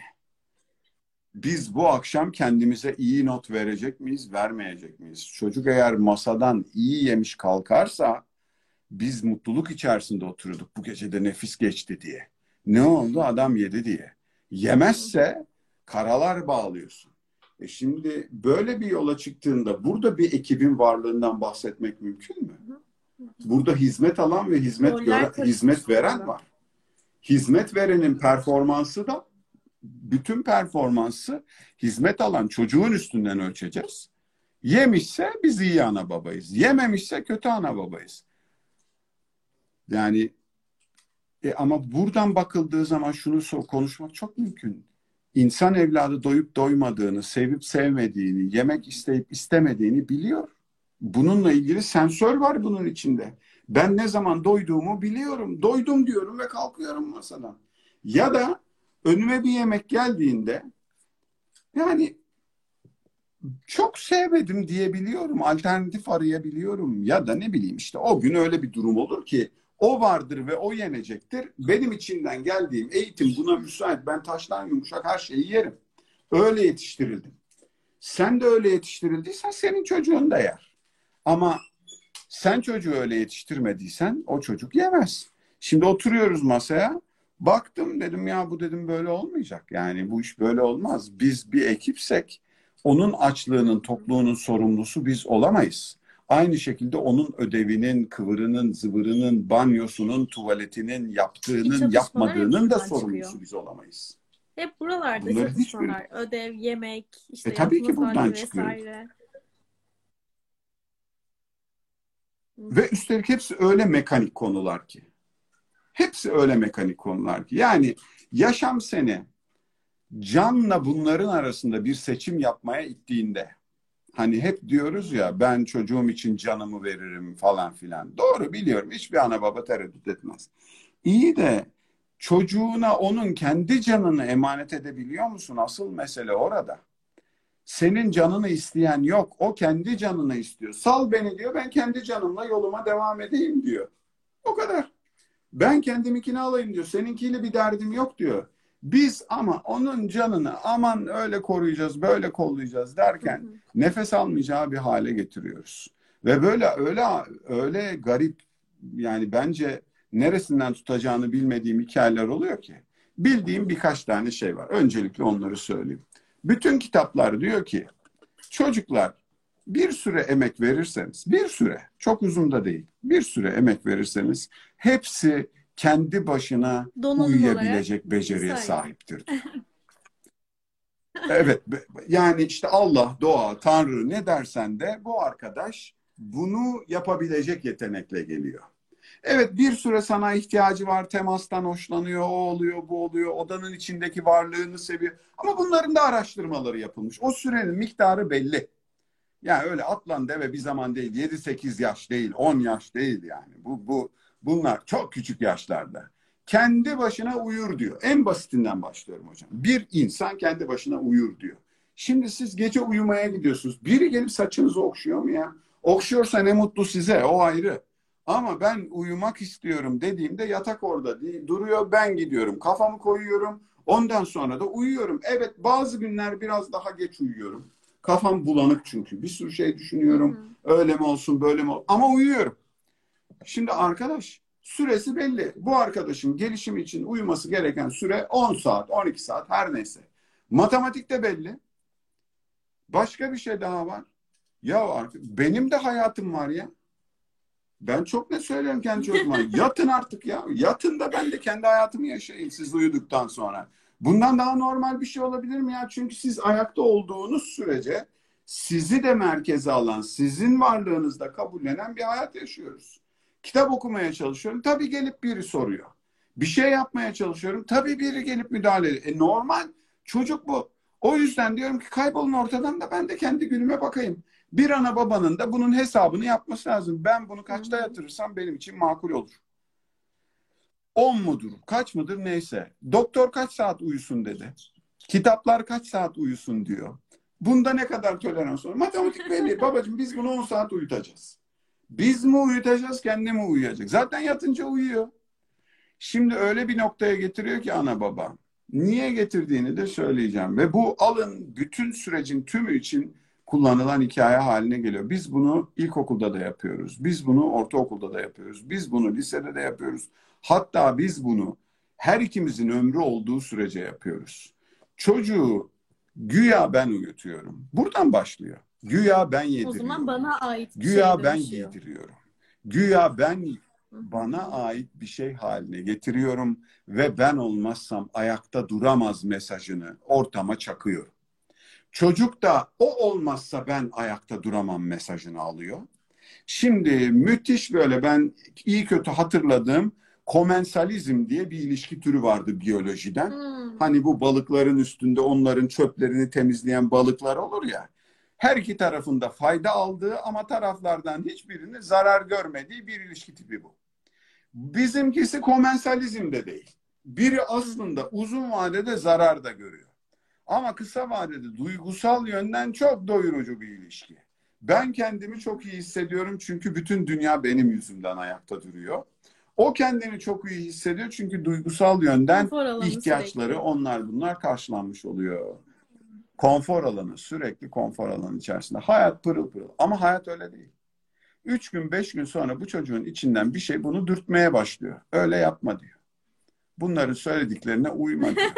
Biz bu akşam kendimize iyi not verecek miyiz, vermeyecek miyiz? Çocuk eğer masadan iyi yemiş kalkarsa biz mutluluk içerisinde oturuyorduk. Bu gece de nefis geçti diye. Ne oldu? Adam yedi diye. Hı hı. Yemezse karalar bağlıyorsun. E şimdi böyle bir yola çıktığında burada bir ekibin varlığından bahsetmek mümkün mü? Hı hı. Burada hizmet alan ve hizmet göre, Roller hizmet karışmış veren durumda. var. Hizmet verenin performansı da, bütün performansı hizmet alan çocuğun üstünden ölçeceğiz. Yemişse biz iyi ana babayız. Yememişse kötü ana babayız. Yani e, ama buradan bakıldığı zaman şunu so- konuşmak çok mümkün. İnsan evladı doyup doymadığını, sevip sevmediğini, yemek isteyip istemediğini biliyor. Bununla ilgili sensör var bunun içinde. Ben ne zaman doyduğumu biliyorum. Doydum diyorum ve kalkıyorum masadan. Ya da önüme bir yemek geldiğinde yani çok sevmedim diyebiliyorum. Alternatif arayabiliyorum. Ya da ne bileyim işte o gün öyle bir durum olur ki o vardır ve o yenecektir. Benim içinden geldiğim eğitim buna müsait. Ben taştan yumuşak her şeyi yerim. Öyle yetiştirildim. Sen de öyle yetiştirildiysen senin çocuğun da yer. Ama sen çocuğu öyle yetiştirmediysen o çocuk yemez. Şimdi oturuyoruz masaya. Baktım dedim ya bu dedim böyle olmayacak. Yani bu iş böyle olmaz. Biz bir ekipsek onun açlığının, tokluğunun sorumlusu biz olamayız. Aynı şekilde onun ödevinin, kıvırının, zıvırının, banyosunun, tuvaletinin, İç yaptığının, çatışmalar hep yapmadığının da buradan sorumlusu çıkıyor. biz olamayız. Hep buralarda Bunların hiçbiri. çatışmalar. Ödev, yemek, E işte tabii yatma ki buradan saati çıkıyor. vesaire. Hı Ve hı. üstelik hepsi öyle mekanik konular ki. Hepsi öyle mekanik konular ki. Yani yaşam seni canla bunların arasında bir seçim yapmaya ittiğinde hani hep diyoruz ya ben çocuğum için canımı veririm falan filan. Doğru biliyorum. Hiçbir ana baba tereddüt etmez. İyi de çocuğuna onun kendi canını emanet edebiliyor musun? Asıl mesele orada. Senin canını isteyen yok. O kendi canını istiyor. Sal beni diyor. Ben kendi canımla yoluma devam edeyim diyor. O kadar. Ben kendiminkini alayım diyor. Seninkiyle bir derdim yok diyor. Biz ama onun canını aman öyle koruyacağız, böyle kollayacağız Hı derken hı. nefes almayacağı bir hale getiriyoruz. Ve böyle öyle öyle garip yani bence neresinden tutacağını bilmediğim hikayeler oluyor ki. Bildiğim birkaç tane şey var. Öncelikle onları söyleyeyim. Bütün kitaplar diyor ki çocuklar bir süre emek verirseniz, bir süre, çok uzun da değil, bir süre emek verirseniz hepsi kendi başına Donanım olarak uyuyabilecek beceriye sahip. sahiptir diyor. Evet, yani işte Allah, doğa, Tanrı ne dersen de bu arkadaş bunu yapabilecek yetenekle geliyor. Evet bir süre sana ihtiyacı var, temastan hoşlanıyor, o oluyor, bu oluyor, odanın içindeki varlığını seviyor. Ama bunların da araştırmaları yapılmış. O sürenin miktarı belli. Yani öyle atlan deve bir zaman değil, yedi sekiz yaş değil, on yaş değil yani. Bu, bu, bunlar çok küçük yaşlarda. Kendi başına uyur diyor. En basitinden başlıyorum hocam. Bir insan kendi başına uyur diyor. Şimdi siz gece uyumaya gidiyorsunuz. Biri gelip saçınızı okşuyor mu ya? Okşuyorsa ne mutlu size, o ayrı. Ama ben uyumak istiyorum dediğimde yatak orada değil, duruyor, ben gidiyorum. Kafamı koyuyorum, ondan sonra da uyuyorum. Evet bazı günler biraz daha geç uyuyorum. Kafam bulanık çünkü. Bir sürü şey Hı düşünüyorum. hı. Öyle mi olsun, böyle mi olsun? Ama uyuyorum. Şimdi arkadaş süresi belli. Bu arkadaşın gelişimi için uyuması gereken süre on saat, on iki saat her neyse. Matematikte belli. Başka bir şey daha var. Ya artık benim de hayatım var ya. Ben çok ne söylüyorum kendi çocuğuma. Yatın artık ya. Yatın da ben de kendi hayatımı yaşayayım siz uyuduktan sonra. Bundan daha normal bir şey olabilir mi ya? Çünkü siz ayakta olduğunuz sürece sizi de merkeze alan, sizin varlığınızda kabullenen bir hayat yaşıyoruz. Kitap okumaya çalışıyorum. Tabii gelip biri soruyor. Bir şey yapmaya çalışıyorum. Tabii biri gelip müdahale ediyor. E normal. Çocuk bu. O yüzden diyorum ki kaybolun ortadan da ben de kendi günüme bakayım. Bir ana babanın da bunun hesabını yapması lazım. Ben bunu Hı kaçta hı. yatırırsam benim için makul olur. On mudur, kaç mıdır neyse. Doktor kaç saat uyusun dedi. Kitaplar kaç saat uyusun diyor. Bunda ne kadar tolerans var? Matematik belli. Babacığım biz bunu on saat uyutacağız. Biz mi uyutacağız, kendi mi uyuyacak? Zaten yatınca uyuyor. Şimdi öyle bir noktaya getiriyor ki ana baba. Niye getirdiğini de söyleyeceğim. Ve bu alın bütün sürecin tümü için kullanılan hikaye haline geliyor. Biz bunu ilkokulda da yapıyoruz. Biz bunu ortaokulda da yapıyoruz. Biz bunu lisede de yapıyoruz. Hatta biz bunu her ikimizin ömrü olduğu sürece yapıyoruz. Çocuğu güya ben uyutuyorum. Buradan başlıyor. Güya ben O zaman yediriyorum. bana ait bir şeye Güya ben dönüşüyor. giydiriyorum. Güya ben Hı bana hı. ait bir şey haline getiriyorum ve ben olmazsam ayakta duramaz mesajını ortama çakıyorum. Çocuk da o olmazsa ben ayakta duramam mesajını alıyor. Şimdi müthiş böyle ben iyi kötü hatırladığım Komensalizm diye bir ilişki türü vardı biyolojiden. Hmm. Hani bu balıkların üstünde onların çöplerini temizleyen balıklar olur ya. Her iki tarafında fayda aldığı ama taraflardan hiçbirinin zarar görmediği bir ilişki tipi bu. Bizimkisi komensalizm de değil. Biri aslında uzun vadede zarar da görüyor. Ama kısa vadede duygusal yönden çok doyurucu bir ilişki. Ben kendimi çok iyi hissediyorum çünkü bütün dünya benim yüzümden ayakta duruyor. O kendini çok iyi hissediyor çünkü duygusal yönden Konfor alanı ihtiyaçları sürekli. onlar bunlar karşılanmış oluyor. Konfor alanı, sürekli konfor alanı içerisinde. Hayat pırıl pırıl ama hayat öyle değil. Üç gün, beş gün sonra bu çocuğun içinden bir şey bunu dürtmeye başlıyor. Öyle yapma diyor. Bunların söylediklerine uyma diyor.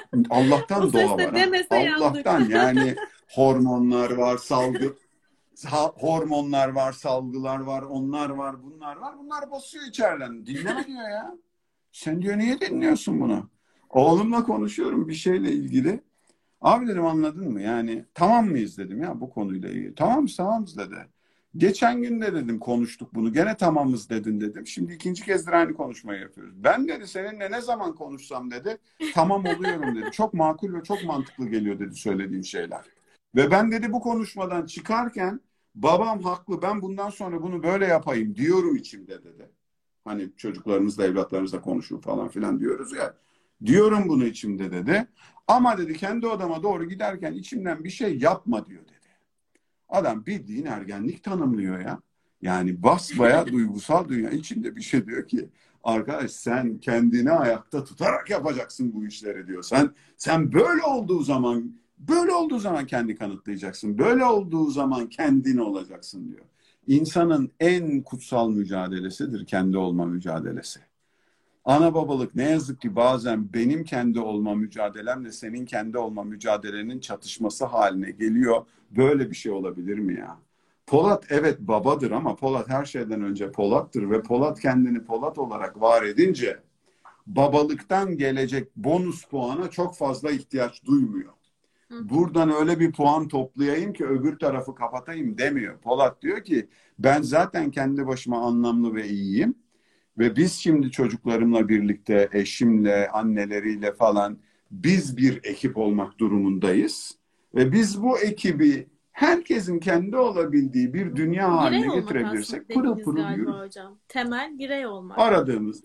O Allah'tan ses doğa var de ha. demese yandık. Allah'tan yani hormonlar var, salgı ha- hormonlar var, salgılar var, onlar var, bunlar var. Bunlar basıyor içeriden. Dinleme diyor ya. Sen diyor niye dinliyorsun bunu? Oğlumla konuşuyorum bir şeyle ilgili. Abi dedim anladın mı? Yani tamam mıyız dedim ya bu konuyla ilgili. Tamamız tamamız dedi. Geçen gün de dedim konuştuk bunu. Gene tamamız dedin dedim. Şimdi ikinci kezdir aynı konuşmayı yapıyoruz. Ben dedi seninle ne zaman konuşsam dedi tamam oluyorum dedi. Çok makul ve çok mantıklı geliyor dedi söylediğim şeyler. Ve ben dedi bu konuşmadan çıkarken babam haklı ben bundan sonra bunu böyle yapayım diyorum içimde dedi. Hani çocuklarımızla evlatlarımızla konuşur falan filan diyoruz ya. Diyorum bunu içimde dedi. Ama dedi kendi odama doğru giderken içimden bir şey yapma diyor dedi. Adam bildiğin ergenlik tanımlıyor ya. Yani basbaya duygusal dünya içinde bir şey diyor ki arkadaş sen kendini ayakta tutarak yapacaksın bu işleri diyor. Sen, sen böyle olduğu zaman böyle olduğu zaman kendi kanıtlayacaksın. Böyle olduğu zaman kendin olacaksın diyor. İnsanın en kutsal mücadelesidir kendi olma mücadelesi. Ana babalık ne yazık ki bazen benim kendi olma mücadelemle senin kendi olma mücadelenin çatışması haline geliyor. Böyle bir şey olabilir mi ya? Polat evet babadır ama Polat her şeyden önce Polat'tır ve Polat kendini Polat olarak var edince babalıktan gelecek bonus puana çok fazla ihtiyaç duymuyor. Buradan öyle bir puan toplayayım ki öbür tarafı kapatayım demiyor. Polat diyor ki ben zaten kendi başıma anlamlı ve iyiyim. Ve biz şimdi çocuklarımla birlikte, eşimle, anneleriyle falan biz bir ekip olmak durumundayız. Ve biz bu ekibi herkesin kendi olabildiği bir dünya Birey haline olmak aslında getirebilirsek pırıl dediğiniz pırıl galiba yürür. hocam. Temel birey olmak. Aradığımız.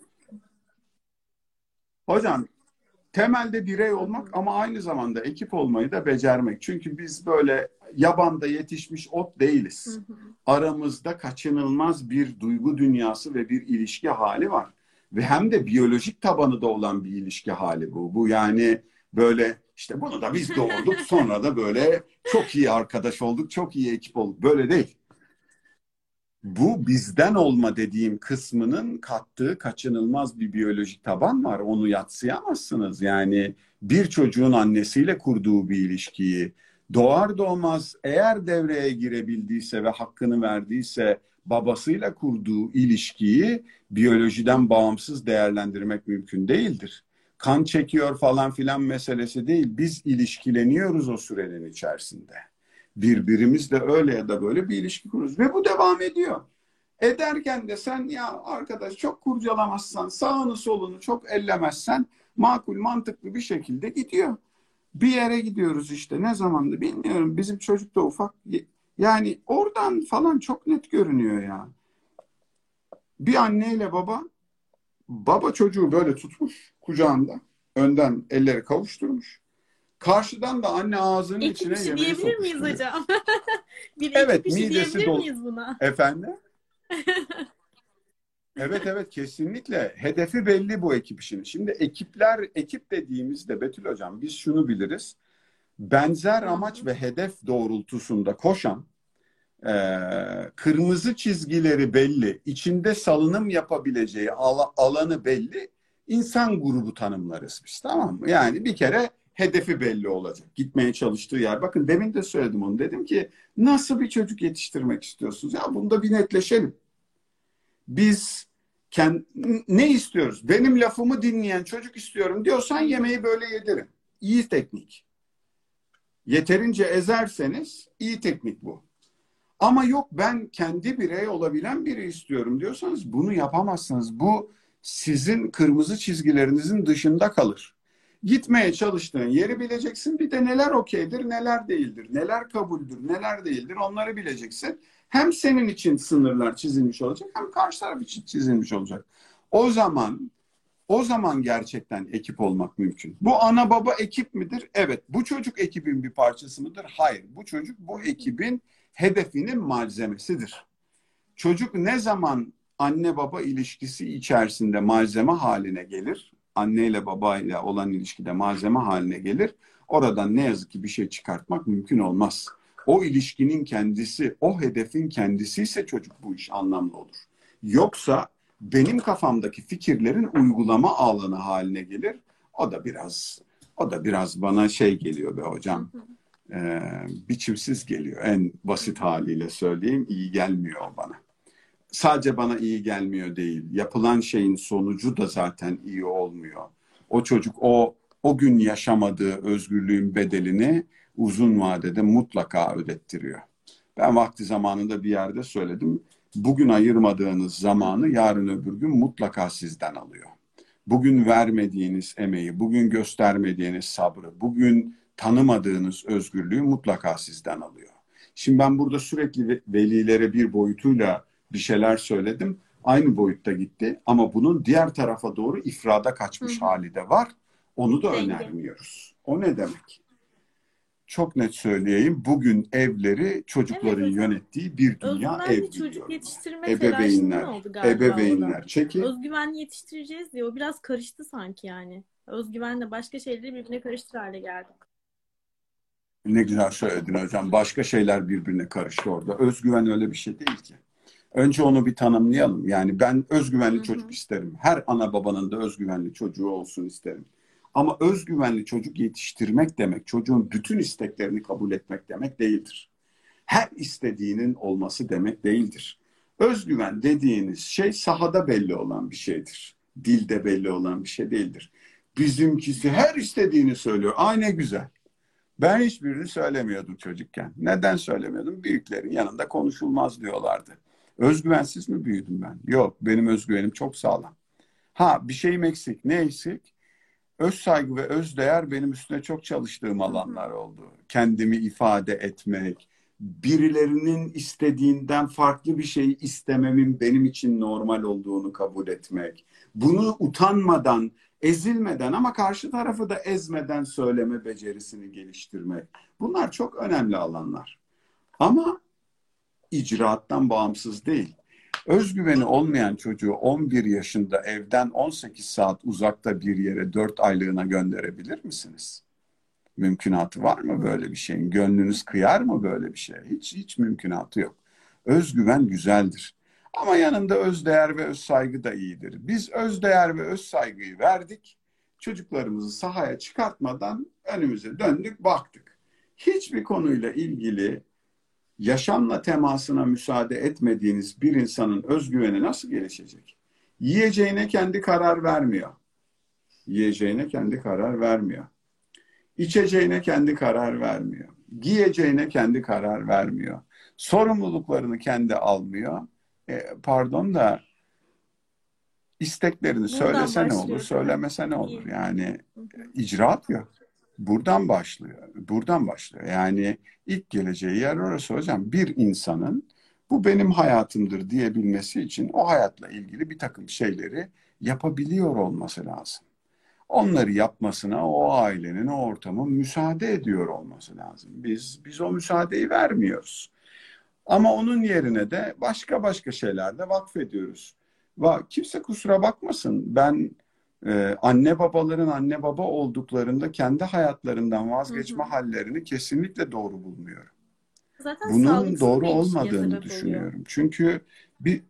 Hocam temelde birey Hı olmak hı. ama aynı zamanda ekip olmayı da becermek. Çünkü biz böyle yabanda yetişmiş ot Hı değiliz. hı. Aramızda kaçınılmaz bir duygu dünyası ve bir ilişki hali var. Ve hem de biyolojik tabanı da olan bir ilişki hali bu. Bu yani böyle işte bunu da biz doğurduk sonra da böyle çok iyi arkadaş olduk, çok iyi ekip olduk. Böyle değil. Bu bizden olma dediğim kısmının kattığı kaçınılmaz bir biyolojik taban var. Onu yadsıyamazsınız. Yani bir çocuğun annesiyle kurduğu bir ilişkiyi doğar doğmaz eğer devreye girebildiyse ve hakkını verdiyse babasıyla kurduğu ilişkiyi biyolojiden bağımsız değerlendirmek mümkün değildir. Kan çekiyor falan filan meselesi değil. Biz ilişkileniyoruz o sürenin içerisinde. Birbirimizle öyle ya da böyle bir ilişki kuruyoruz ve bu devam ediyor. Ederken de sen ya arkadaş çok kurcalamazsan, sağını solunu çok ellemezsen makul mantıklı bir şekilde gidiyor. Bir yere gidiyoruz işte ne zamandı bilmiyorum. Bizim çocuk da ufak. Yani oradan falan çok net görünüyor ya. Bir anneyle baba, baba çocuğu böyle tutmuş kucağında. Önden elleri kavuşturmuş. Karşıdan da anne ağzının Ekip içine işi yemeği diyebilir miyiz sokuşturuyor. hocam? Bir ekip Evet işi midesi diyebilir dolu. miyiz buna? Efendim? Evet evet kesinlikle. Hedefi belli bu ekip işinin. Şimdi ekipler, ekip dediğimizde Betül Hocam biz şunu biliriz. Benzer Hı amaç hı. ve hedef doğrultusunda koşan, e, kırmızı çizgileri belli, içinde salınım yapabileceği ala- alanı belli insan grubu tanımlarız biz tamam mı? Yani bir kere hedefi belli olacak. Gitmeye çalıştığı yer. Bakın demin de söyledim onu. Dedim ki nasıl bir çocuk yetiştirmek istiyorsunuz? Ya bunda bir netleşelim. Biz kend, ne istiyoruz? Benim lafımı dinleyen çocuk istiyorum diyorsan Hı hı. yemeği böyle yedirin. İyi teknik. Yeterince ezerseniz iyi teknik bu. Ama yok ben kendi birey olabilen biri istiyorum diyorsanız bunu yapamazsınız. Bu sizin kırmızı çizgilerinizin dışında kalır. Gitmeye çalıştığın yeri bileceksin. Bir de neler okeydir, neler değildir, neler kabuldür, neler değildir onları bileceksin. Hem senin için sınırlar çizilmiş olacak hem karşı taraf için çizilmiş olacak. O zaman o zaman gerçekten ekip olmak mümkün. Bu ana baba ekip midir? Evet. Bu çocuk ekibin bir parçası mıdır? Hayır. Bu çocuk bu ekibin hedefinin malzemesidir. Çocuk ne zaman anne baba ilişkisi içerisinde malzeme haline gelir, anne ile baba ile olan ilişkide malzeme haline gelir, oradan ne yazık ki bir şey çıkartmak mümkün olmaz. O ilişkinin kendisi, o hedefin kendisi ise çocuk bu iş anlamlı olur. Yoksa benim kafamdaki fikirlerin uygulama alanı haline gelir. O da biraz, o da biraz bana şey geliyor be hocam. E, biçimsiz geliyor. En basit haliyle söyleyeyim, iyi gelmiyor bana. Sadece bana iyi gelmiyor değil. Yapılan şeyin sonucu da zaten iyi olmuyor. O çocuk o o gün yaşamadığı özgürlüğün bedelini uzun vadede mutlaka ödettiriyor. Ben vakti zamanında bir yerde söyledim. Bugün ayırmadığınız zamanı yarın öbür gün mutlaka sizden alıyor. Bugün vermediğiniz emeği, bugün göstermediğiniz sabrı, bugün tanımadığınız özgürlüğü mutlaka sizden alıyor. Şimdi ben burada sürekli velilere bir boyutuyla bir şeyler söyledim. Aynı boyutta gitti ama bunun diğer tarafa doğru ifrada kaçmış hı hı. hali de var. Onu da Denge. önermiyoruz. O ne demek? Çok net söyleyeyim. Bugün evleri çocukların evet, yönettiği bir dünya ev çocuk yetiştirme ebeveynler, oldu galiba ebeveynler. Çeki. Özgüvenli yetiştireceğiz diye o biraz karıştı sanki yani. Özgüvenle başka şeyleri birbirine karıştır hale geldik. Ne güzel söyledin hocam. Başka şeyler birbirine karıştı orada. Özgüven öyle bir şey değil ki. Önce onu bir tanımlayalım. Yani ben özgüvenli Hı-hı. çocuk isterim. Her ana babanın da özgüvenli çocuğu olsun isterim. Ama özgüvenli çocuk yetiştirmek demek, çocuğun bütün isteklerini kabul etmek demek değildir. Her istediğinin olması demek değildir. Özgüven dediğiniz şey sahada belli olan bir şeydir. Dilde belli olan bir şey değildir. Bizimkisi her istediğini söylüyor. Ay ne güzel. Ben hiçbirini söylemiyordum çocukken. Neden söylemiyordum? Büyüklerin yanında konuşulmaz diyorlardı. Özgüvensiz mi büyüdüm ben? Yok, benim özgüvenim çok sağlam. Ha, bir şeyim eksik. Ne eksik? Öz saygı ve öz değer benim üstüne çok çalıştığım alanlar oldu. Kendimi ifade etmek, birilerinin istediğinden farklı bir şeyi istememin benim için normal olduğunu kabul etmek. Bunu utanmadan, ezilmeden ama karşı tarafı da ezmeden söyleme becerisini geliştirmek. Bunlar çok önemli alanlar. Ama icraattan bağımsız değil. Özgüveni olmayan çocuğu on bir yaşında evden on sekiz saat uzakta bir yere dört aylığına gönderebilir misiniz? Mümkünatı var mı böyle bir şeyin? Gönlünüz kıyar mı böyle bir şey? Hiç hiç mümkünatı yok. Özgüven güzeldir. Ama yanında özdeğer ve öz saygı da iyidir. Biz özdeğer ve öz saygıyı verdik. Çocuklarımızı sahaya çıkartmadan önümüze döndük, baktık. Hiçbir konuyla ilgili yaşamla temasına müsaade etmediğiniz bir insanın özgüveni nasıl gelişecek? Yiyeceğine kendi karar vermiyor. Yiyeceğine kendi karar vermiyor. İçeceğine kendi karar vermiyor. Giyeceğine kendi karar vermiyor. Sorumluluklarını kendi almıyor. E, pardon da isteklerini Buradan söylese ne olur, söylemese ne olur? Yani icraat yok. Buradan başlıyor. Buradan başlıyor. Yani ilk geleceği yer orası hocam. Bir insanın bu benim hayatımdır diyebilmesi için o hayatla ilgili bir takım şeyleri yapabiliyor olması lazım. Onları yapmasına o ailenin, o ortamın müsaade ediyor olması lazım. Biz biz o müsaadeyi vermiyoruz. Ama onun yerine de başka başka şeylerde vakfediyoruz. Kimse kusura bakmasın. Ben e, anne babaların anne baba olduklarında kendi hayatlarından vazgeçme hı hı. hallerini kesinlikle doğru bulmuyorum. Zaten bunun doğru olmadığını düşünüyorum. Oluyor. Çünkü bir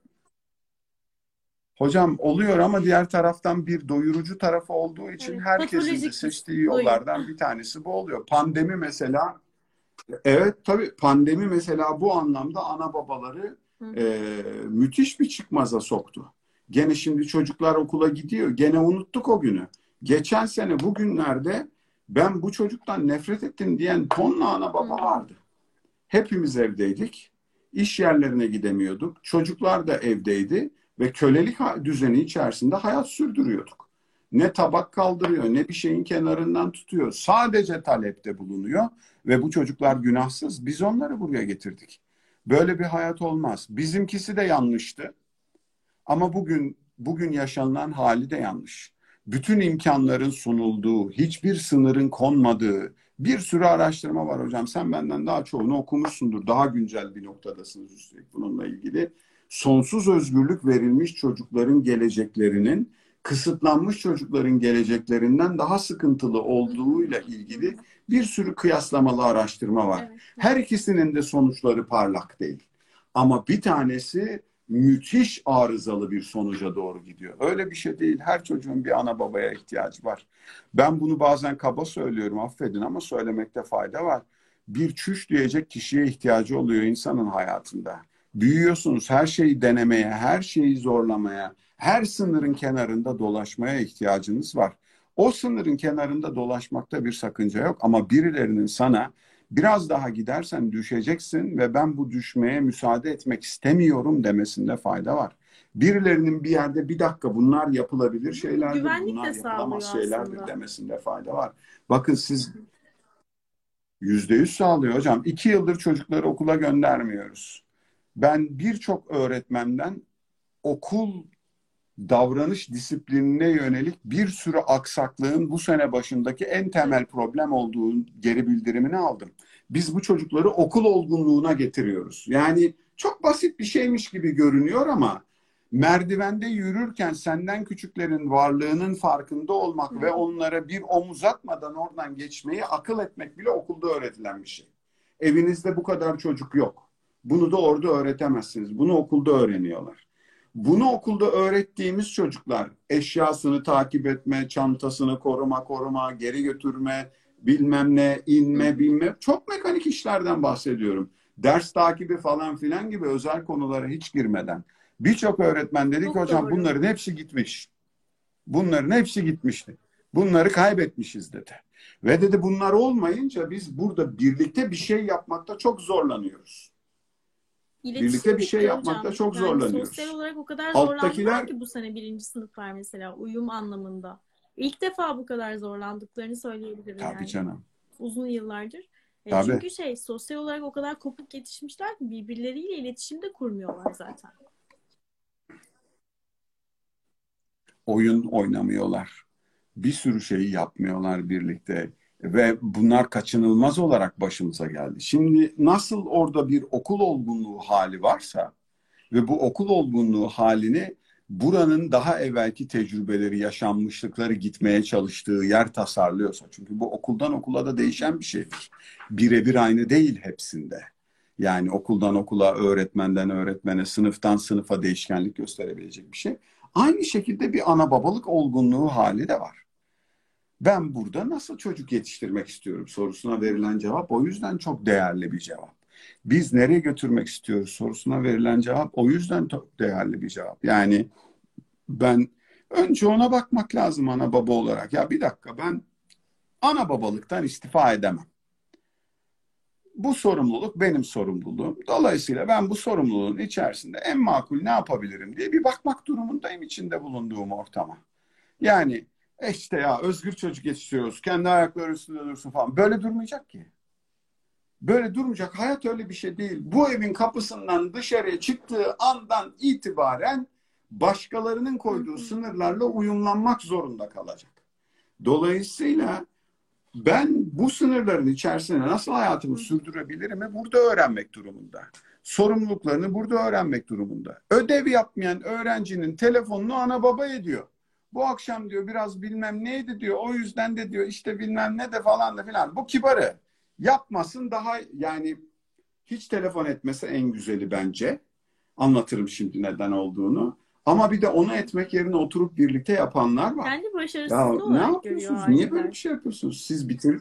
hocam oluyor ama diğer taraftan bir doyurucu tarafı olduğu için evet, herkesin de seçtiği yollardan doyum. bir tanesi bu oluyor. Pandemi mesela, evet tabii pandemi mesela bu anlamda ana babaları e, müthiş bir çıkmaza soktu. Gene şimdi çocuklar okula gidiyor. Gene unuttuk o günü. Geçen sene bugünlerde ben bu çocuktan nefret ettim diyen tonla ana baba vardı. Hepimiz evdeydik. İş yerlerine gidemiyorduk. Çocuklar da evdeydi. ve kölelik düzeni içerisinde hayat sürdürüyorduk. Ne tabak kaldırıyor, ne bir şeyin kenarından tutuyor. Sadece talepte bulunuyor ve bu çocuklar günahsız. Biz onları buraya getirdik. Böyle bir hayat olmaz. Bizimkisi de yanlıştı. Ama bugün bugün yaşanılan hali de yanlış. Bütün imkanların sunulduğu, hiçbir sınırın konmadığı bir sürü araştırma var hocam. Sen benden daha çoğunu okumuşsundur. Daha güncel bir noktadasınız üstelik bununla ilgili. Sonsuz özgürlük verilmiş çocukların geleceklerinin kısıtlanmış çocukların geleceklerinden daha sıkıntılı olduğuyla ilgili bir sürü kıyaslamalı araştırma var. Evet. Her ikisinin de sonuçları parlak değil. Ama bir tanesi müthiş arızalı bir sonuca doğru gidiyor. Öyle bir şey değil. Her çocuğun bir ana babaya ihtiyacı var. Ben bunu bazen kaba söylüyorum, affedin ama söylemekte fayda var. Bir çüş diyecek kişiye ihtiyacı oluyor insanın hayatında. Büyüyorsunuz, her şeyi denemeye, her şeyi zorlamaya, her sınırın kenarında dolaşmaya ihtiyacınız var. O sınırın kenarında dolaşmakta bir sakınca yok ama birilerinin sana biraz daha gidersen düşeceksin ve ben bu düşmeye müsaade etmek istemiyorum demesinde fayda var. Birilerinin bir yerde bir dakika bunlar yapılabilir şeylerdir, Güvenlik bunlar de yapılamaz sağlıyor şeylerdir aslında. demesinde fayda var. Bakın siz yüzde yüz sağlıyor hocam. İki yıldır çocukları okula göndermiyoruz. Ben birçok öğretmenden okul davranış disiplinine yönelik bir sürü aksaklığın bu sene başındaki en temel problem olduğu geri bildirimini aldım. Biz bu çocukları okul olgunluğuna getiriyoruz. Yani çok basit bir şeymiş gibi görünüyor ama merdivende yürürken senden küçüklerin varlığının farkında olmak ve onlara bir omuz atmadan oradan geçmeyi akıl etmek bile okulda öğretilen bir şey. Evinizde bu kadar çocuk yok. Bunu da orada öğretemezsiniz. Bunu okulda öğreniyorlar. Bunu okulda öğrettiğimiz çocuklar eşyasını takip etme, çantasını koruma, koruma, geri götürme, bilmem ne, inme, bilmem. Çok mekanik işlerden bahsediyorum. Ders takibi falan filan gibi özel konulara hiç girmeden. Birçok öğretmen dedi ki Çok hocam doğru. bunların hepsi gitmiş. Bunların hepsi gitmişti. Bunları kaybetmişiz dedi. Ve dedi bunlar olmayınca biz burada birlikte bir şey yapmakta çok zorlanıyoruz. Birlikte İletişim bir şey bitti yapmakta hocam. çok Yani sosyal zorlanıyoruz. olarak o kadar zorlandılar Alttakiler ki bu sene birinci sınıflar mesela uyum anlamında. İlk defa bu kadar zorlandıklarını söyleyebilirim tabii yani. canım. Uzun yıllardır. E, Tabii. çünkü şey sosyal olarak o kadar kopuk yetişmişler ki birbirleriyle iletişim de kurmuyorlar zaten. Oyun oynamıyorlar. Bir sürü şeyi yapmıyorlar birlikte. Ve bunlar kaçınılmaz olarak başımıza geldi. Şimdi nasıl orada bir okul olgunluğu hali varsa ve bu okul olgunluğu halini buranın daha evvelki tecrübeleri, yaşanmışlıkları gitmeye çalıştığı yer tasarlıyorsa. Çünkü bu okuldan okula da değişen bir şeydir. Birebir aynı değil hepsinde. Yani okuldan okula, öğretmenden öğretmene, sınıftan sınıfa değişkenlik gösterebilecek bir şey. Aynı şekilde bir ana babalık olgunluğu hali de var. Ben burada nasıl çocuk yetiştirmek istiyorum sorusuna verilen cevap o yüzden çok değerli bir cevap. Biz nereye götürmek istiyoruz sorusuna verilen cevap o yüzden çok değerli bir cevap. Yani ben önce ona bakmak lazım ana baba olarak. Ya bir dakika ben ana babalıktan istifa edemem. Bu sorumluluk benim sorumluluğum. Dolayısıyla ben bu sorumluluğun içerisinde en makul ne yapabilirim diye bir bakmak durumundayım içinde bulunduğum ortama. Yani e işte ya özgür çocuk yetiştiriyoruz. Kendi ayakları üstünde dursun falan. Böyle durmayacak ki. Böyle durmayacak. Hayat öyle bir şey değil. Bu evin kapısından dışarıya çıktığı andan itibaren başkalarının koyduğu sınırlarla uyumlanmak zorunda kalacak. Dolayısıyla ben bu sınırların içerisinde nasıl hayatımı sürdürebilirimi burada öğrenmek durumunda. Sorumluluklarını burada öğrenmek durumunda. Ödev yapmayan öğrencinin telefonunu ana baba ediyor. Bu akşam diyor biraz bilmem neydi diyor. O yüzden de diyor işte bilmem ne de falan da filan. Bu kibarı. Yapmasın daha yani hiç telefon etmese en güzeli bence. Anlatırım şimdi neden olduğunu. Ama bir de onu etmek yerine oturup birlikte yapanlar var. Kendi Ya başarısızlığı ne olarak görüyor yapıyorsunuz? Niye böyle aileler. bir şey yapıyorsunuz? Siz bitir.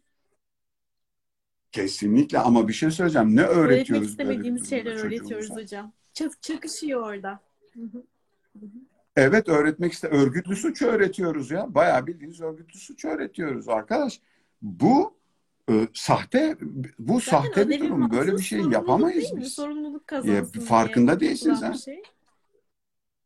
Kesinlikle ama bir şey söyleyeceğim. Ne Öğretmek öğretiyoruz böyle bir istemediğimiz durumda şeyler öğretiyoruz çocuğumuza? hocam. Çak çakışıyor orada. Hı hı. Evet öğretmek iste örgütlü suç öğretiyoruz ya. Bayağı bildiğiniz örgütlü suç öğretiyoruz arkadaş. Bu e, sahte bu Zaten sahte bir ödevin durum. Böyle mantığı bir şey sorumluluk değil yapamayız mi? biz. Sorumluluk E, kazansın diye farkında değilsiniz yapılan bir ha. şey.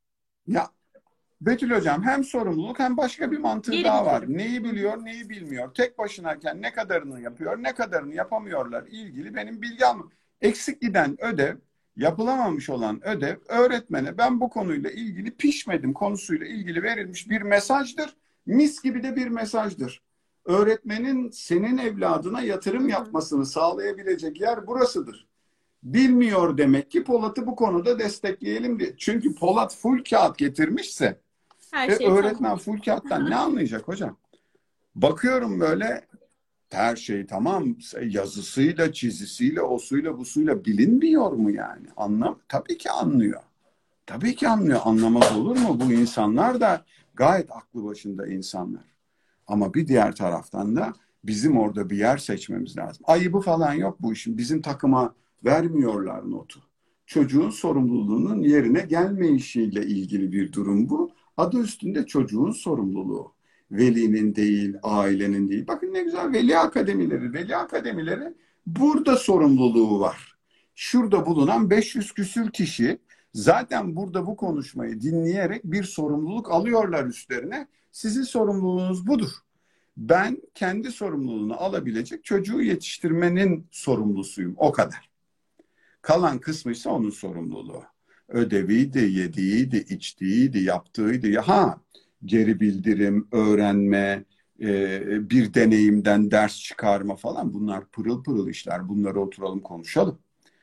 Ya Betül Hocam, hem sorumluluk hem başka bir mantığı Geri daha var. bitirim. Neyi biliyor, neyi bilmiyor. Tek başınayken ne kadarını yapıyor, ne kadarını yapamıyorlar ilgili benim bilgi almam. Eksik giden ödev, yapılamamış olan ödev öğretmene ben bu konuyla ilgili pişmedim konusuyla ilgili verilmiş bir mesajdır. Mis gibi de bir mesajdır. Öğretmenin senin evladına Hı yatırım hı. yapmasını sağlayabilecek yer burasıdır. Bilmiyor demek ki Polat'ı bu konuda destekleyelim diye. Çünkü Polat full kağıt getirmişse Her e, şey öğretmen tamam. full kağıttan ne anlayacak hocam? Bakıyorum böyle, her şey tamam, yazısıyla, çizisiyle, osuyla, busuyla bilinmiyor mu yani? Anlam Tabii ki anlıyor. Tabii ki anlıyor. Anlamaz olur mu? Bu insanlar da gayet aklı başında insanlar. Ama bir diğer taraftan da bizim orada bir yer seçmemiz lazım. Ayıbı falan yok bu işin. Bizim takıma vermiyorlar notu. Çocuğun sorumluluğunun yerine gelmeyişiyle ilgili bir durum bu. Adı üstünde çocuğun sorumluluğu. Velinin değil, ailenin değil. Bakın ne güzel, veli akademileri. Veli akademileri burada sorumluluğu var. Şurada bulunan beş yüz küsür kişi zaten burada bu konuşmayı dinleyerek bir sorumluluk alıyorlar üstlerine. Sizin sorumluluğunuz budur. Ben kendi sorumluluğunu alabilecek çocuğu yetiştirmenin sorumlusuyum. O kadar. Kalan kısmı ise onun sorumluluğu. Ödeviydi, yediğiydi, içtiğiydi, yaptığıydı. Ha, geri bildirim, öğrenme, e, bir deneyimden ders çıkarma falan, bunlar pırıl pırıl işler. Bunları oturalım konuşalım.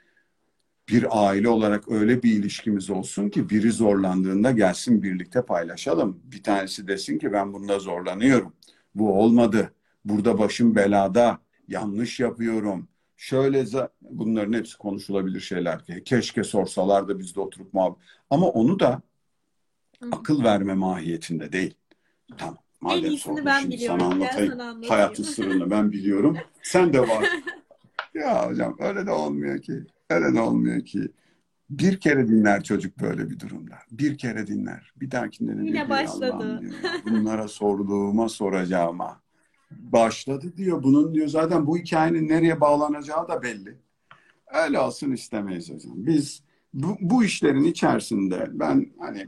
Bir aile olarak öyle bir ilişkimiz olsun ki biri zorlandığında gelsin birlikte paylaşalım. Bir tanesi desin ki ben bunda zorlanıyorum. Bu olmadı. Burada başım belada. Yanlış yapıyorum. Şöyle, bunların hepsi konuşulabilir şeyler. Keşke sorsalar da biz de oturup muhabbet. Ama onu da Hı hı. akıl verme mahiyetinde değil. Tamam. En Madem iyisini sordun, ben şimdi sana biliyorum. Gel anlatayım. sana anlatayım. Hayatın sırrını ben biliyorum. Sen de var. Ya hocam, öyle de olmuyor ki. Öyle de olmuyor ki. Bir kere dinler çocuk böyle bir durumda. Bir kere dinler. Bir dahakinde de diyor Yine ki Allah'ım başladı. diyor ya, bunlara sorduğuma soracağıma. Başladı diyor. Bunun diyor zaten bu hikayenin nereye bağlanacağı da belli. Öyle olsun istemeyiz hocam. Biz bu, bu işlerin içerisinde ben hani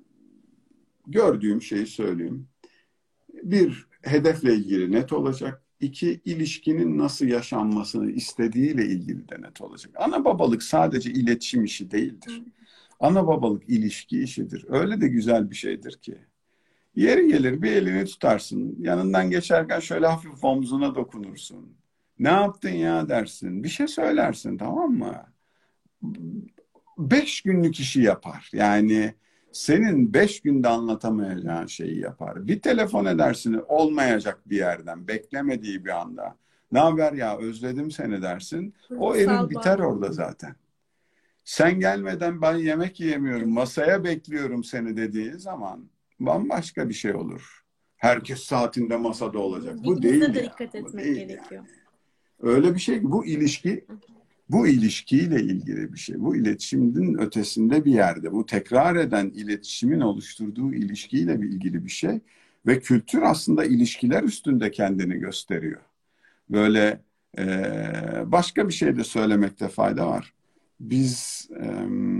gördüğüm şeyi söyleyeyim. Bir, hedefle ilgili net olacak. İki, ilişkinin nasıl yaşanmasını istediğiyle ilgili de net olacak. Ana babalık sadece iletişim işi değildir. Ana babalık ilişki işidir. Öyle de güzel bir şeydir ki. Yeri gelir bir elini tutarsın. Yanından geçerken şöyle hafif omzuna dokunursun. Ne yaptın ya dersin. Bir şey söylersin, tamam mı? Beş günlük işi yapar. Yani senin beş günde anlatamayacağın şeyi yapar. Bir telefon edersin olmayacak bir yerden, beklemediği bir anda. Ne haber ya, özledim seni dersin. O erir Duygusal biter bağ. orada zaten. Sen gelmeden ben yemek yiyemiyorum, masaya bekliyorum seni dediği zaman bambaşka bir şey olur. Herkes saatinde masada olacak. Bu Bize değil de ya. dikkat Bu etmek değil yani. gerekiyor. Öyle bir şey ki bu ilişki, bu ilişkiyle ilgili bir şey. Bu iletişimin ötesinde bir yerde. Bu tekrar eden iletişimin oluşturduğu ilişkiyle ilgili bir şey. Ve kültür aslında ilişkiler üstünde kendini gösteriyor. Böyle e, başka bir şey de söylemekte fayda var. Biz e,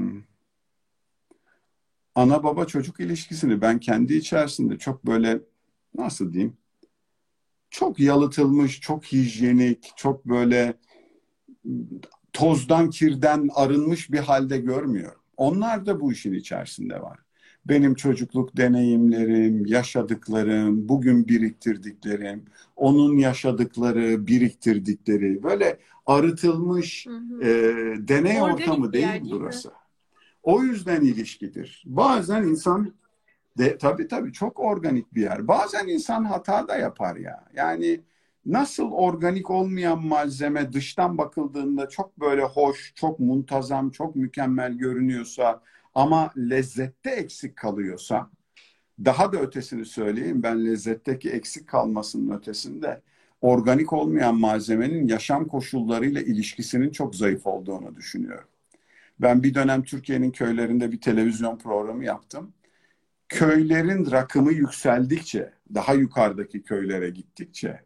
ana baba çocuk ilişkisini ben kendi içerisinde çok böyle, nasıl diyeyim, çok yalıtılmış, çok hijyenik, çok böyle tozdan kirden arınmış bir halde görmüyorum. Onlar da bu işin içerisinde var. Benim çocukluk deneyimlerim, yaşadıklarım, bugün biriktirdiklerim, onun yaşadıkları, biriktirdikleri böyle arıtılmış Hı e, hı. deney Organik ortamı bir değil yer değil mi? burası. O yüzden ilişkidir. Bazen insan de, tabii tabii çok organik bir yer. Bazen insan hata da yapar ya. Yani nasıl organik olmayan malzeme dıştan bakıldığında çok böyle hoş, çok muntazam, çok mükemmel görünüyorsa ama lezzette eksik kalıyorsa, daha da ötesini söyleyeyim, ben lezzetteki eksik kalmasının ötesinde organik olmayan malzemenin yaşam koşullarıyla ilişkisinin çok zayıf olduğunu düşünüyorum. Ben bir dönem Türkiye'nin köylerinde bir televizyon programı yaptım. Köylerin rakımı yükseldikçe, daha yukarıdaki köylere gittikçe,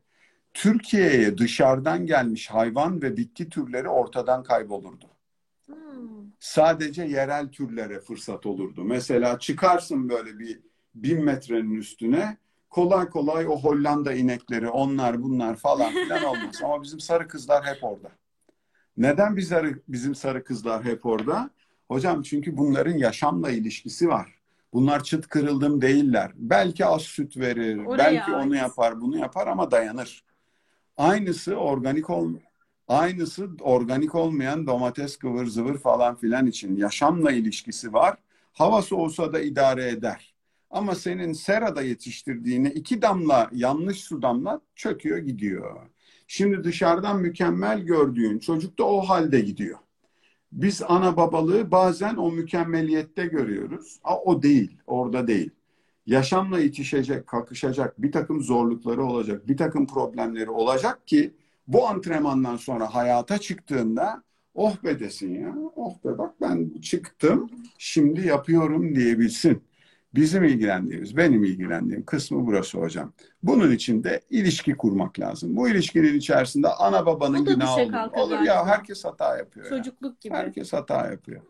Türkiye'ye dışarıdan gelmiş hayvan ve bitki türleri ortadan kaybolurdu. Hmm. sadece yerel türlere fırsat olurdu. Mesela çıkarsın böyle bir bin metrenin üstüne, kolay kolay o Hollanda inekleri, onlar bunlar falan filan olmaz. Ama bizim sarı kızlar hep orada. Neden biz sarı, bizim sarı kızlar hep orada? Hocam çünkü bunların yaşamla ilişkisi var. Bunlar çıt kırıldım değiller. Belki az süt verir, Oraya belki onu ait. yapar, bunu yapar ama dayanır. Aynısı organik ol Aynısı organik olmayan domates, kıvır zıvır falan filan için yaşamla ilişkisi var. Hava soğusa da idare eder. Ama senin serada yetiştirdiğine iki damla yanlış su damla çöküyor gidiyor. Şimdi dışarıdan mükemmel gördüğün çocuk da o halde gidiyor. Biz ana babalığı bazen o mükemmeliyette görüyoruz. Aa, o değil, orada değil. Yaşamla itişecek, kakışacak, bir takım zorlukları olacak, bir takım problemleri olacak ki bu antrenmandan sonra hayata çıktığında oh be desin ya, oh be bak ben çıktım, şimdi yapıyorum diyebilsin. Bizim ilgilendiğimiz, benim ilgilendiğim kısmı burası hocam. Bunun için de ilişki kurmak lazım. Bu ilişkinin içerisinde ana babanın O da günahı düşe olur. kalka Olur ya, galiba. herkes hata yapıyor ya. Çocukluk gibi. Herkes hata yapıyor.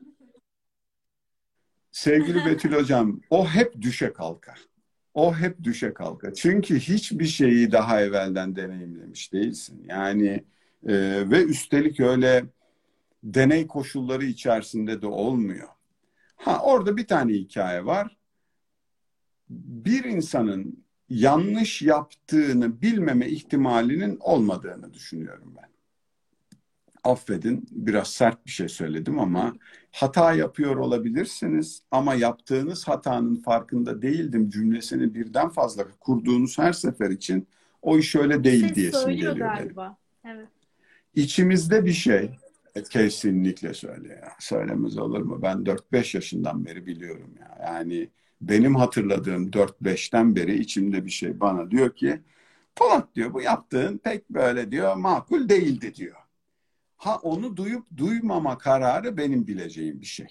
Sevgili Betül hocam, o hep düşe kalka. O hep düşe kalka. Çünkü hiçbir şeyi daha evvelden deneyimlemiş değilsin. Yani e, ve üstelik öyle deney koşulları içerisinde de olmuyor. Ha, orada bir tane hikaye var. Bir insanın yanlış yaptığını bilmeme ihtimalinin olmadığını düşünüyorum ben. Affedin, biraz sert bir şey söyledim ama hata yapıyor olabilirsiniz ama yaptığınız hatanın farkında değildim cümlesini birden fazla kurduğunuz her sefer için o iş öyle değil Ses diyesim söylüyor geliyor benim. galiba. Evet. İçimizde bir şey e, kesinlikle söyle ya. Söylemez olur mu? Ben dört beş yaşından beri biliyorum ya. Yani benim hatırladığım dört beşten beri içimde bir şey bana diyor ki Polat diyor, bu yaptığın pek böyle diyor makul değildi diyor. Ha, onu duyup duymama kararı benim bileceğim bir şey.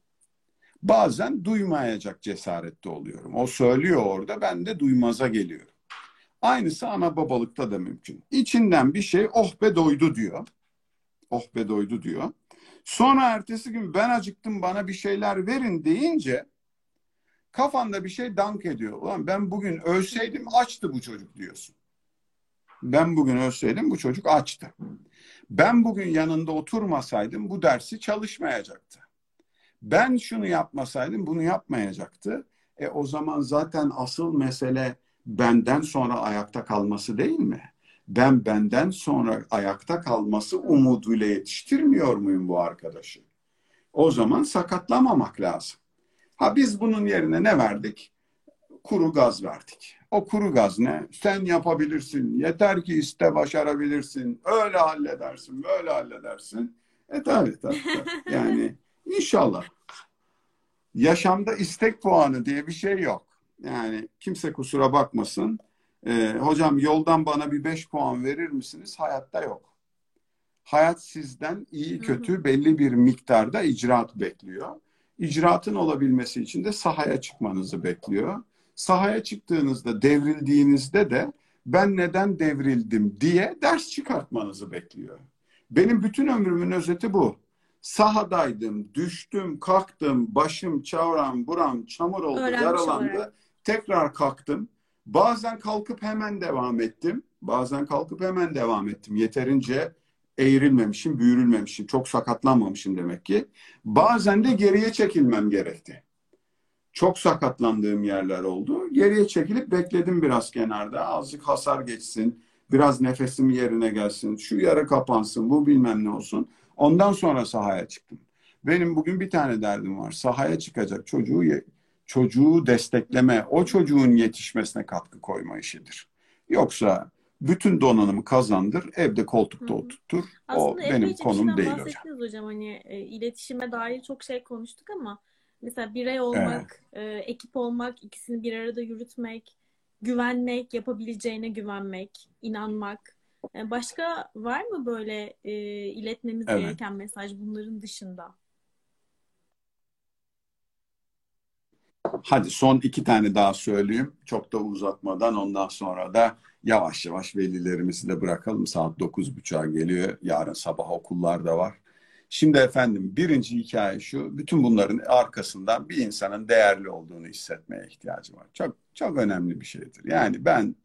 Bazen duymayacak cesarette oluyorum. O söylüyor orada, ben de duymaza geliyorum. Aynısı ana babalıkta da mümkün. İçinden bir şey oh be doydu diyor. Oh be doydu diyor. Sonra ertesi gün ben acıktım bana bir şeyler verin deyince kafanda bir şey dank ediyor. Ulan ben bugün ölseydim açtı bu çocuk diyorsun. Ben bugün ölseydim bu çocuk açtı. Ben bugün yanında oturmasaydım bu dersi çalışmayacaktı. Ben şunu yapmasaydım bunu yapmayacaktı. E o zaman zaten asıl mesele benden sonra ayakta kalması değil mi? Ben benden sonra ayakta kalması umuduyla yetiştirmiyor muyum bu arkadaşı? O zaman sakatlamamak lazım. Ha, biz bunun yerine ne verdik? Kuru gaz verdik. O kuru gaz ne? Sen yapabilirsin. Yeter ki iste, başarabilirsin. Öyle halledersin, böyle halledersin. E tabii tabii tabii. Yani inşallah. Yaşamda istek puanı diye bir şey yok. Yani kimse kusura bakmasın. Ee, hocam yoldan bana bir beş puan verir misiniz? Hayatta yok. Hayat sizden iyi Hı hı. kötü belli bir miktarda icraat bekliyor. İcraatın olabilmesi için de sahaya çıkmanızı bekliyor. Sahaya çıktığınızda, devrildiğinizde de ben neden devrildim diye ders çıkartmanızı bekliyor. Benim bütün ömrümün özeti bu. Sahadaydım, düştüm, kalktım, başım, çavram, buram, çamur oldu, Öğrenmiş olarak. yaralandı. Tekrar kalktım. Bazen kalkıp hemen devam ettim. Bazen kalkıp hemen devam ettim. Yeterince eğrilmemişim, büyürülmemişim, çok sakatlanmamışım demek ki. Bazen de geriye çekilmem gerekti. Çok sakatlandığım yerler oldu. Geriye çekilip bekledim biraz kenarda. Azıcık hasar geçsin, biraz nefesim yerine gelsin, şu yara kapansın, bu bilmem ne olsun. Ondan sonra sahaya çıktım. Benim bugün bir tane derdim var. Sahaya çıkacak çocuğu çocuğu destekleme, o çocuğun yetişmesine katkı koyma işidir. Yoksa bütün donanımı kazandır, evde Hı koltukta hı. oturtur. O Aslında benim epeyce bir konum şeyden değil hocam. bahsettiniz hocam. Hani e, iletişime dair çok şey konuştuk ama mesela birey Evet. olmak, e, ekip olmak, ikisini bir arada yürütmek, güvenmek, yapabileceğine güvenmek, inanmak. E, başka var mı böyle e, iletmemiz Evet. gereken mesaj bunların dışında? Hadi son iki tane daha söyleyeyim. Çok da uzatmadan ondan sonra da yavaş yavaş velilerimizi de bırakalım. Saat dokuz buçuğa geliyor. Yarın sabah okullar da var. Şimdi efendim birinci hikaye şu. Bütün bunların arkasından bir insanın değerli olduğunu hissetmeye ihtiyacı var. Çok çok önemli bir şeydir. Yani ben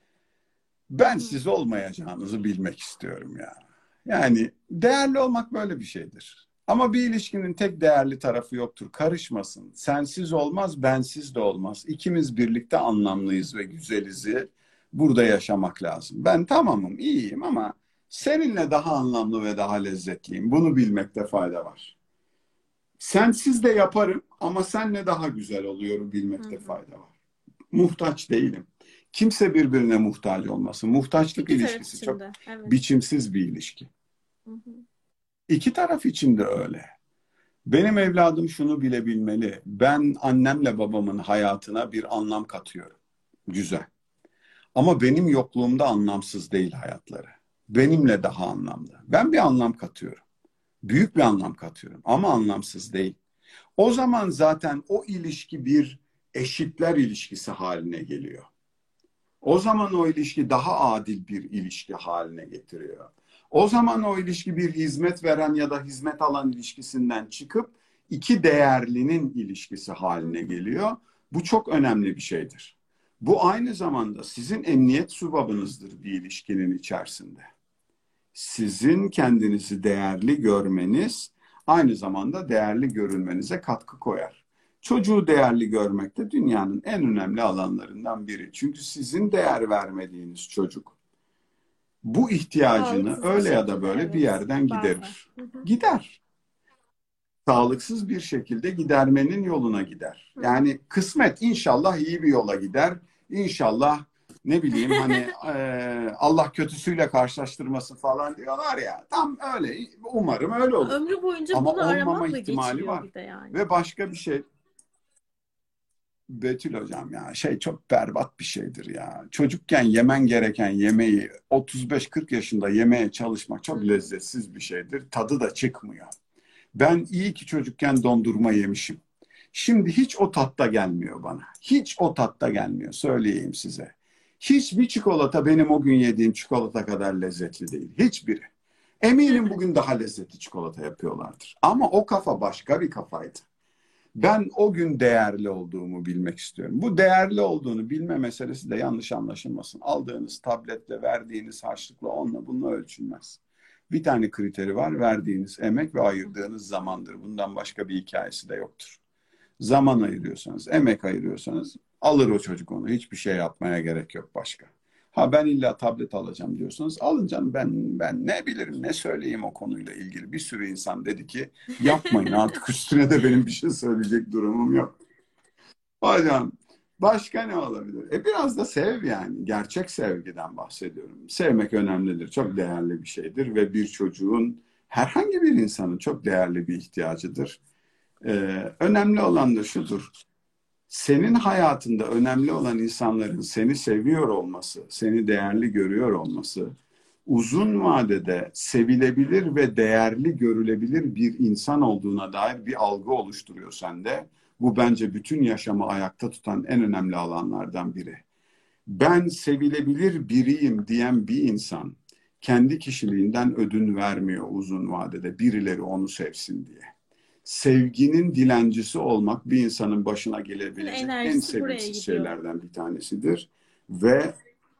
Hı ben hı. siz olmayacağınızı bilmek istiyorum ya. Yani değerli olmak böyle bir şeydir. Ama bir ilişkinin tek değerli tarafı yoktur. Karışmasın. Sensiz olmaz, bensiz de olmaz. İkimiz birlikte anlamlıyız ve güzelizi burada yaşamak lazım. Ben tamamım, iyiyim ama seninle daha anlamlı ve daha lezzetliyim. Bunu bilmekte fayda var. Sensiz de yaparım ama senle daha güzel oluyorum Hı bilmekte hı. fayda var. Muhtaç değilim. Kimse birbirine muhtaç olmasın. Muhtaçlık İki taraf ilişkisi için çok de. Evet. biçimsiz bir ilişki. Hı hı. İki taraf için de öyle. Benim evladım şunu bilebilmeli. Ben annemle babamın hayatına bir anlam katıyorum. Güzel. Ama benim yokluğumda anlamsız değil hayatları. Benimle daha anlamlı. Ben bir anlam katıyorum. Büyük bir anlam katıyorum ama anlamsız değil. O zaman zaten o ilişki bir eşitler ilişkisi haline geliyor. O zaman o ilişki daha adil bir ilişki haline getiriyor. O zaman o ilişki bir hizmet veren ya da hizmet alan ilişkisinden çıkıp iki değerlinin ilişkisi Hı haline hı. geliyor. Bu çok önemli bir şeydir. Bu aynı zamanda sizin emniyet subabınızdır bir ilişkinin içerisinde. Sizin kendinizi değerli görmeniz aynı zamanda değerli görülmenize katkı koyar. Çocuğu değerli görmek de dünyanın en önemli alanlarından biri. Çünkü sizin değer vermediğiniz çocuk bu ihtiyacını Sağlıksız bir öyle ya da şekilde böyle bir evet. yerden Bazen. giderir. Hı hı. Gider. Sağlıksız bir şekilde gidermenin yoluna gider. Hı hı. Yani kısmet inşallah iyi bir yola gider. İnşallah ne bileyim hani e, Allah kötüsüyle karşılaştırmasın falan diyorlar ya. Tam öyle. Umarım öyle olur. Ömrü boyunca Ama bunu olmama aramakla ihtimali geçiriyor var. bir de yani. Ve başka bir şey Betül hocam ya şey çok berbat bir şeydir ya. Çocukken yemen gereken yemeği otuz beş kırk yaşında yemeye çalışmak Hı çok hı. lezzetsiz bir şeydir. Tadı da çıkmıyor. Ben iyi ki çocukken dondurma yemişim. Şimdi hiç o tatta gelmiyor bana. Hiç o tatta gelmiyor söyleyeyim size. Hiçbir çikolata benim o gün yediğim çikolata kadar lezzetli değil. Hiçbiri. Eminim bugün daha lezzetli çikolata yapıyorlardır. Ama o kafa başka bir kafaydı. Ben o gün değerli olduğumu bilmek istiyorum. Bu değerli olduğunu bilme meselesi de yanlış anlaşılmasın. Aldığınız tabletle, verdiğiniz harçlıkla onunla bununla ölçülmez. Bir tane kriteri var, verdiğiniz emek ve ayırdığınız zamandır. Bundan başka bir hikayesi de yoktur. Zaman ayırıyorsanız, emek ayırıyorsanız alır o çocuk onu. Hiçbir şey yapmaya gerek yok başka. Ha ben illa tablet alacağım diyorsanız alın canım ben ben ne bilirim ne söyleyeyim o konuyla ilgili. Bir sürü insan dedi ki yapmayın artık üstüne de benim bir şey söyleyecek durumum yok. Hocam başka ne olabilir? E biraz da sev yani. Gerçek sevgiden bahsediyorum. Sevmek önemlidir. Çok değerli bir şeydir ve bir çocuğun herhangi bir insanın çok değerli bir ihtiyacıdır. Ee, önemli olan da şudur. Senin hayatında önemli olan insanların seni seviyor olması, seni değerli görüyor olması, uzun vadede sevilebilir ve değerli görülebilir bir insan olduğuna dair bir algı oluşturuyor sende. Bu bence bütün yaşamı ayakta tutan en önemli alanlardan biri. Ben sevilebilir biriyim diyen bir insan kendi kişiliğinden ödün vermiyor uzun vadede birileri onu sevsin diye. Sevginin dilencisi olmak bir insanın başına Bütün gelebilecek en enerjisi buraya sevimsiz gidiyor. şeylerden bir tanesidir. Ve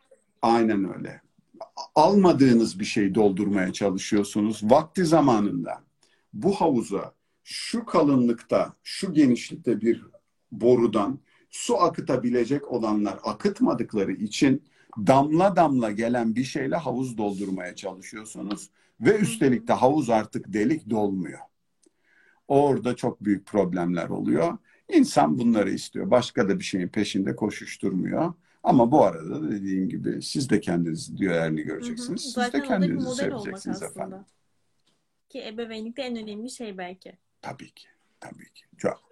aynen öyle. Almadığınız bir şey doldurmaya çalışıyorsunuz. Vakti zamanında bu havuza şu kalınlıkta, şu genişlikte bir borudan su akıtabilecek olanlar akıtmadıkları için damla damla gelen bir şeyle havuz doldurmaya çalışıyorsunuz. Ve Hı hı. üstelik de havuz artık delik dolmuyor. Orada çok büyük problemler oluyor. İnsan bunları istiyor. Başka da bir şeyin peşinde koşuşturmuyor. Ama bu arada da dediğim gibi siz de kendinizi değerli Hı hı. göreceksiniz. Siz de Zaten o da bir kendinizi model olmak seveceksiniz efendim. aslında. Ki ebeveynlikte en önemli şey belki. Tabii ki. Tabii ki. Çok.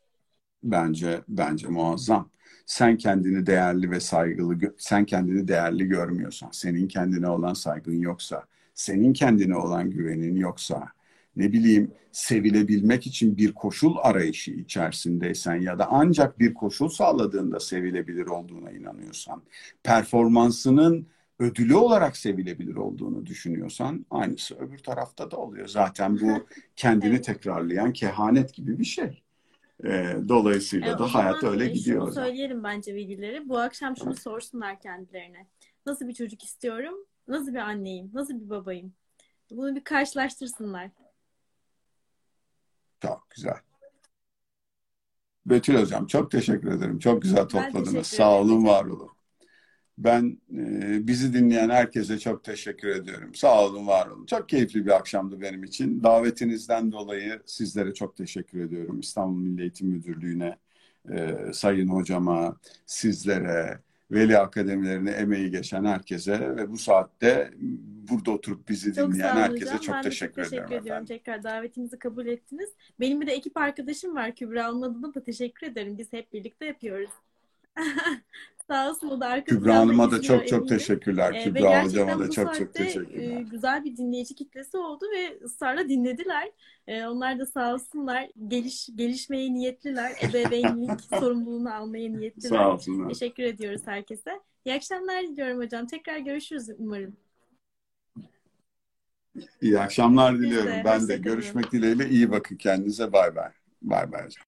Bence bence muazzam. Sen kendini değerli ve saygılı gö- sen kendini değerli görmüyorsan, senin kendine olan saygın yoksa, senin kendine olan güvenin yoksa, ne bileyim sevilebilmek için bir koşul arayışı içerisindeysen ya da ancak bir koşul sağladığında sevilebilir olduğuna inanıyorsan, performansının ödülü olarak sevilebilir olduğunu düşünüyorsan aynısı öbür tarafta da oluyor. Zaten bu kendini Evet. tekrarlayan kehanet gibi bir şey. Ee, E, dolayısıyla o da hayat zaman öyle e, gidiyor şunu hocam. söyleyelim bence velileri. Bu akşam şunu sorsunlar kendilerine. Nasıl bir çocuk istiyorum? Nasıl bir anneyim? Nasıl bir babayım? Bunu bir karşılaştırsınlar. Çok güzel. Betül hocam çok teşekkür ederim. Çok güzel Ben topladınız. teşekkür Sağ ederim olun, Ece. var olun. Ben e, bizi dinleyen herkese çok teşekkür ediyorum. Sağ olun, var olun. Çok keyifli bir akşamdı benim için. Davetinizden dolayı sizlere çok teşekkür ediyorum. İstanbul Milli Eğitim Müdürlüğü'ne, e, sayın hocama, sizlere, veli akademilerine emeği geçen herkese ve bu saatte burada oturup bizi Çok dinleyen sağ olun herkese hocam. çok Ben de çok teşekkür ediyorum teşekkür ediyorum. efendim. Tekrar davetimizi kabul ettiniz. Benim bir de ekip arkadaşım var Kübra. Onun adına da teşekkür ederim. Biz hep birlikte yapıyoruz. Sağ olsun, o da arka Kübra planda Hanım'a da izliyor çok çok eminim. teşekkürler. Ee, ve Kübra Hocama gerçekten da bu çok çok saatte e, teşekkürler. güzel bir dinleyici kitlesi oldu ve ısrarla dinlediler. Ee, onlar da sağ olsunlar, geliş, gelişmeye niyetliler. Ebeveynlik sorumluluğunu almaya niyetliler. Sağ olsunlar. Teşekkür ediyoruz herkese. İyi akşamlar diliyorum hocam. Tekrar görüşürüz umarım. İyi akşamlar Siz diliyorum. de Ben de hoşça kalın. görüşmek dileğiyle. İyi bakın kendinize. Bay bay. Bay bay.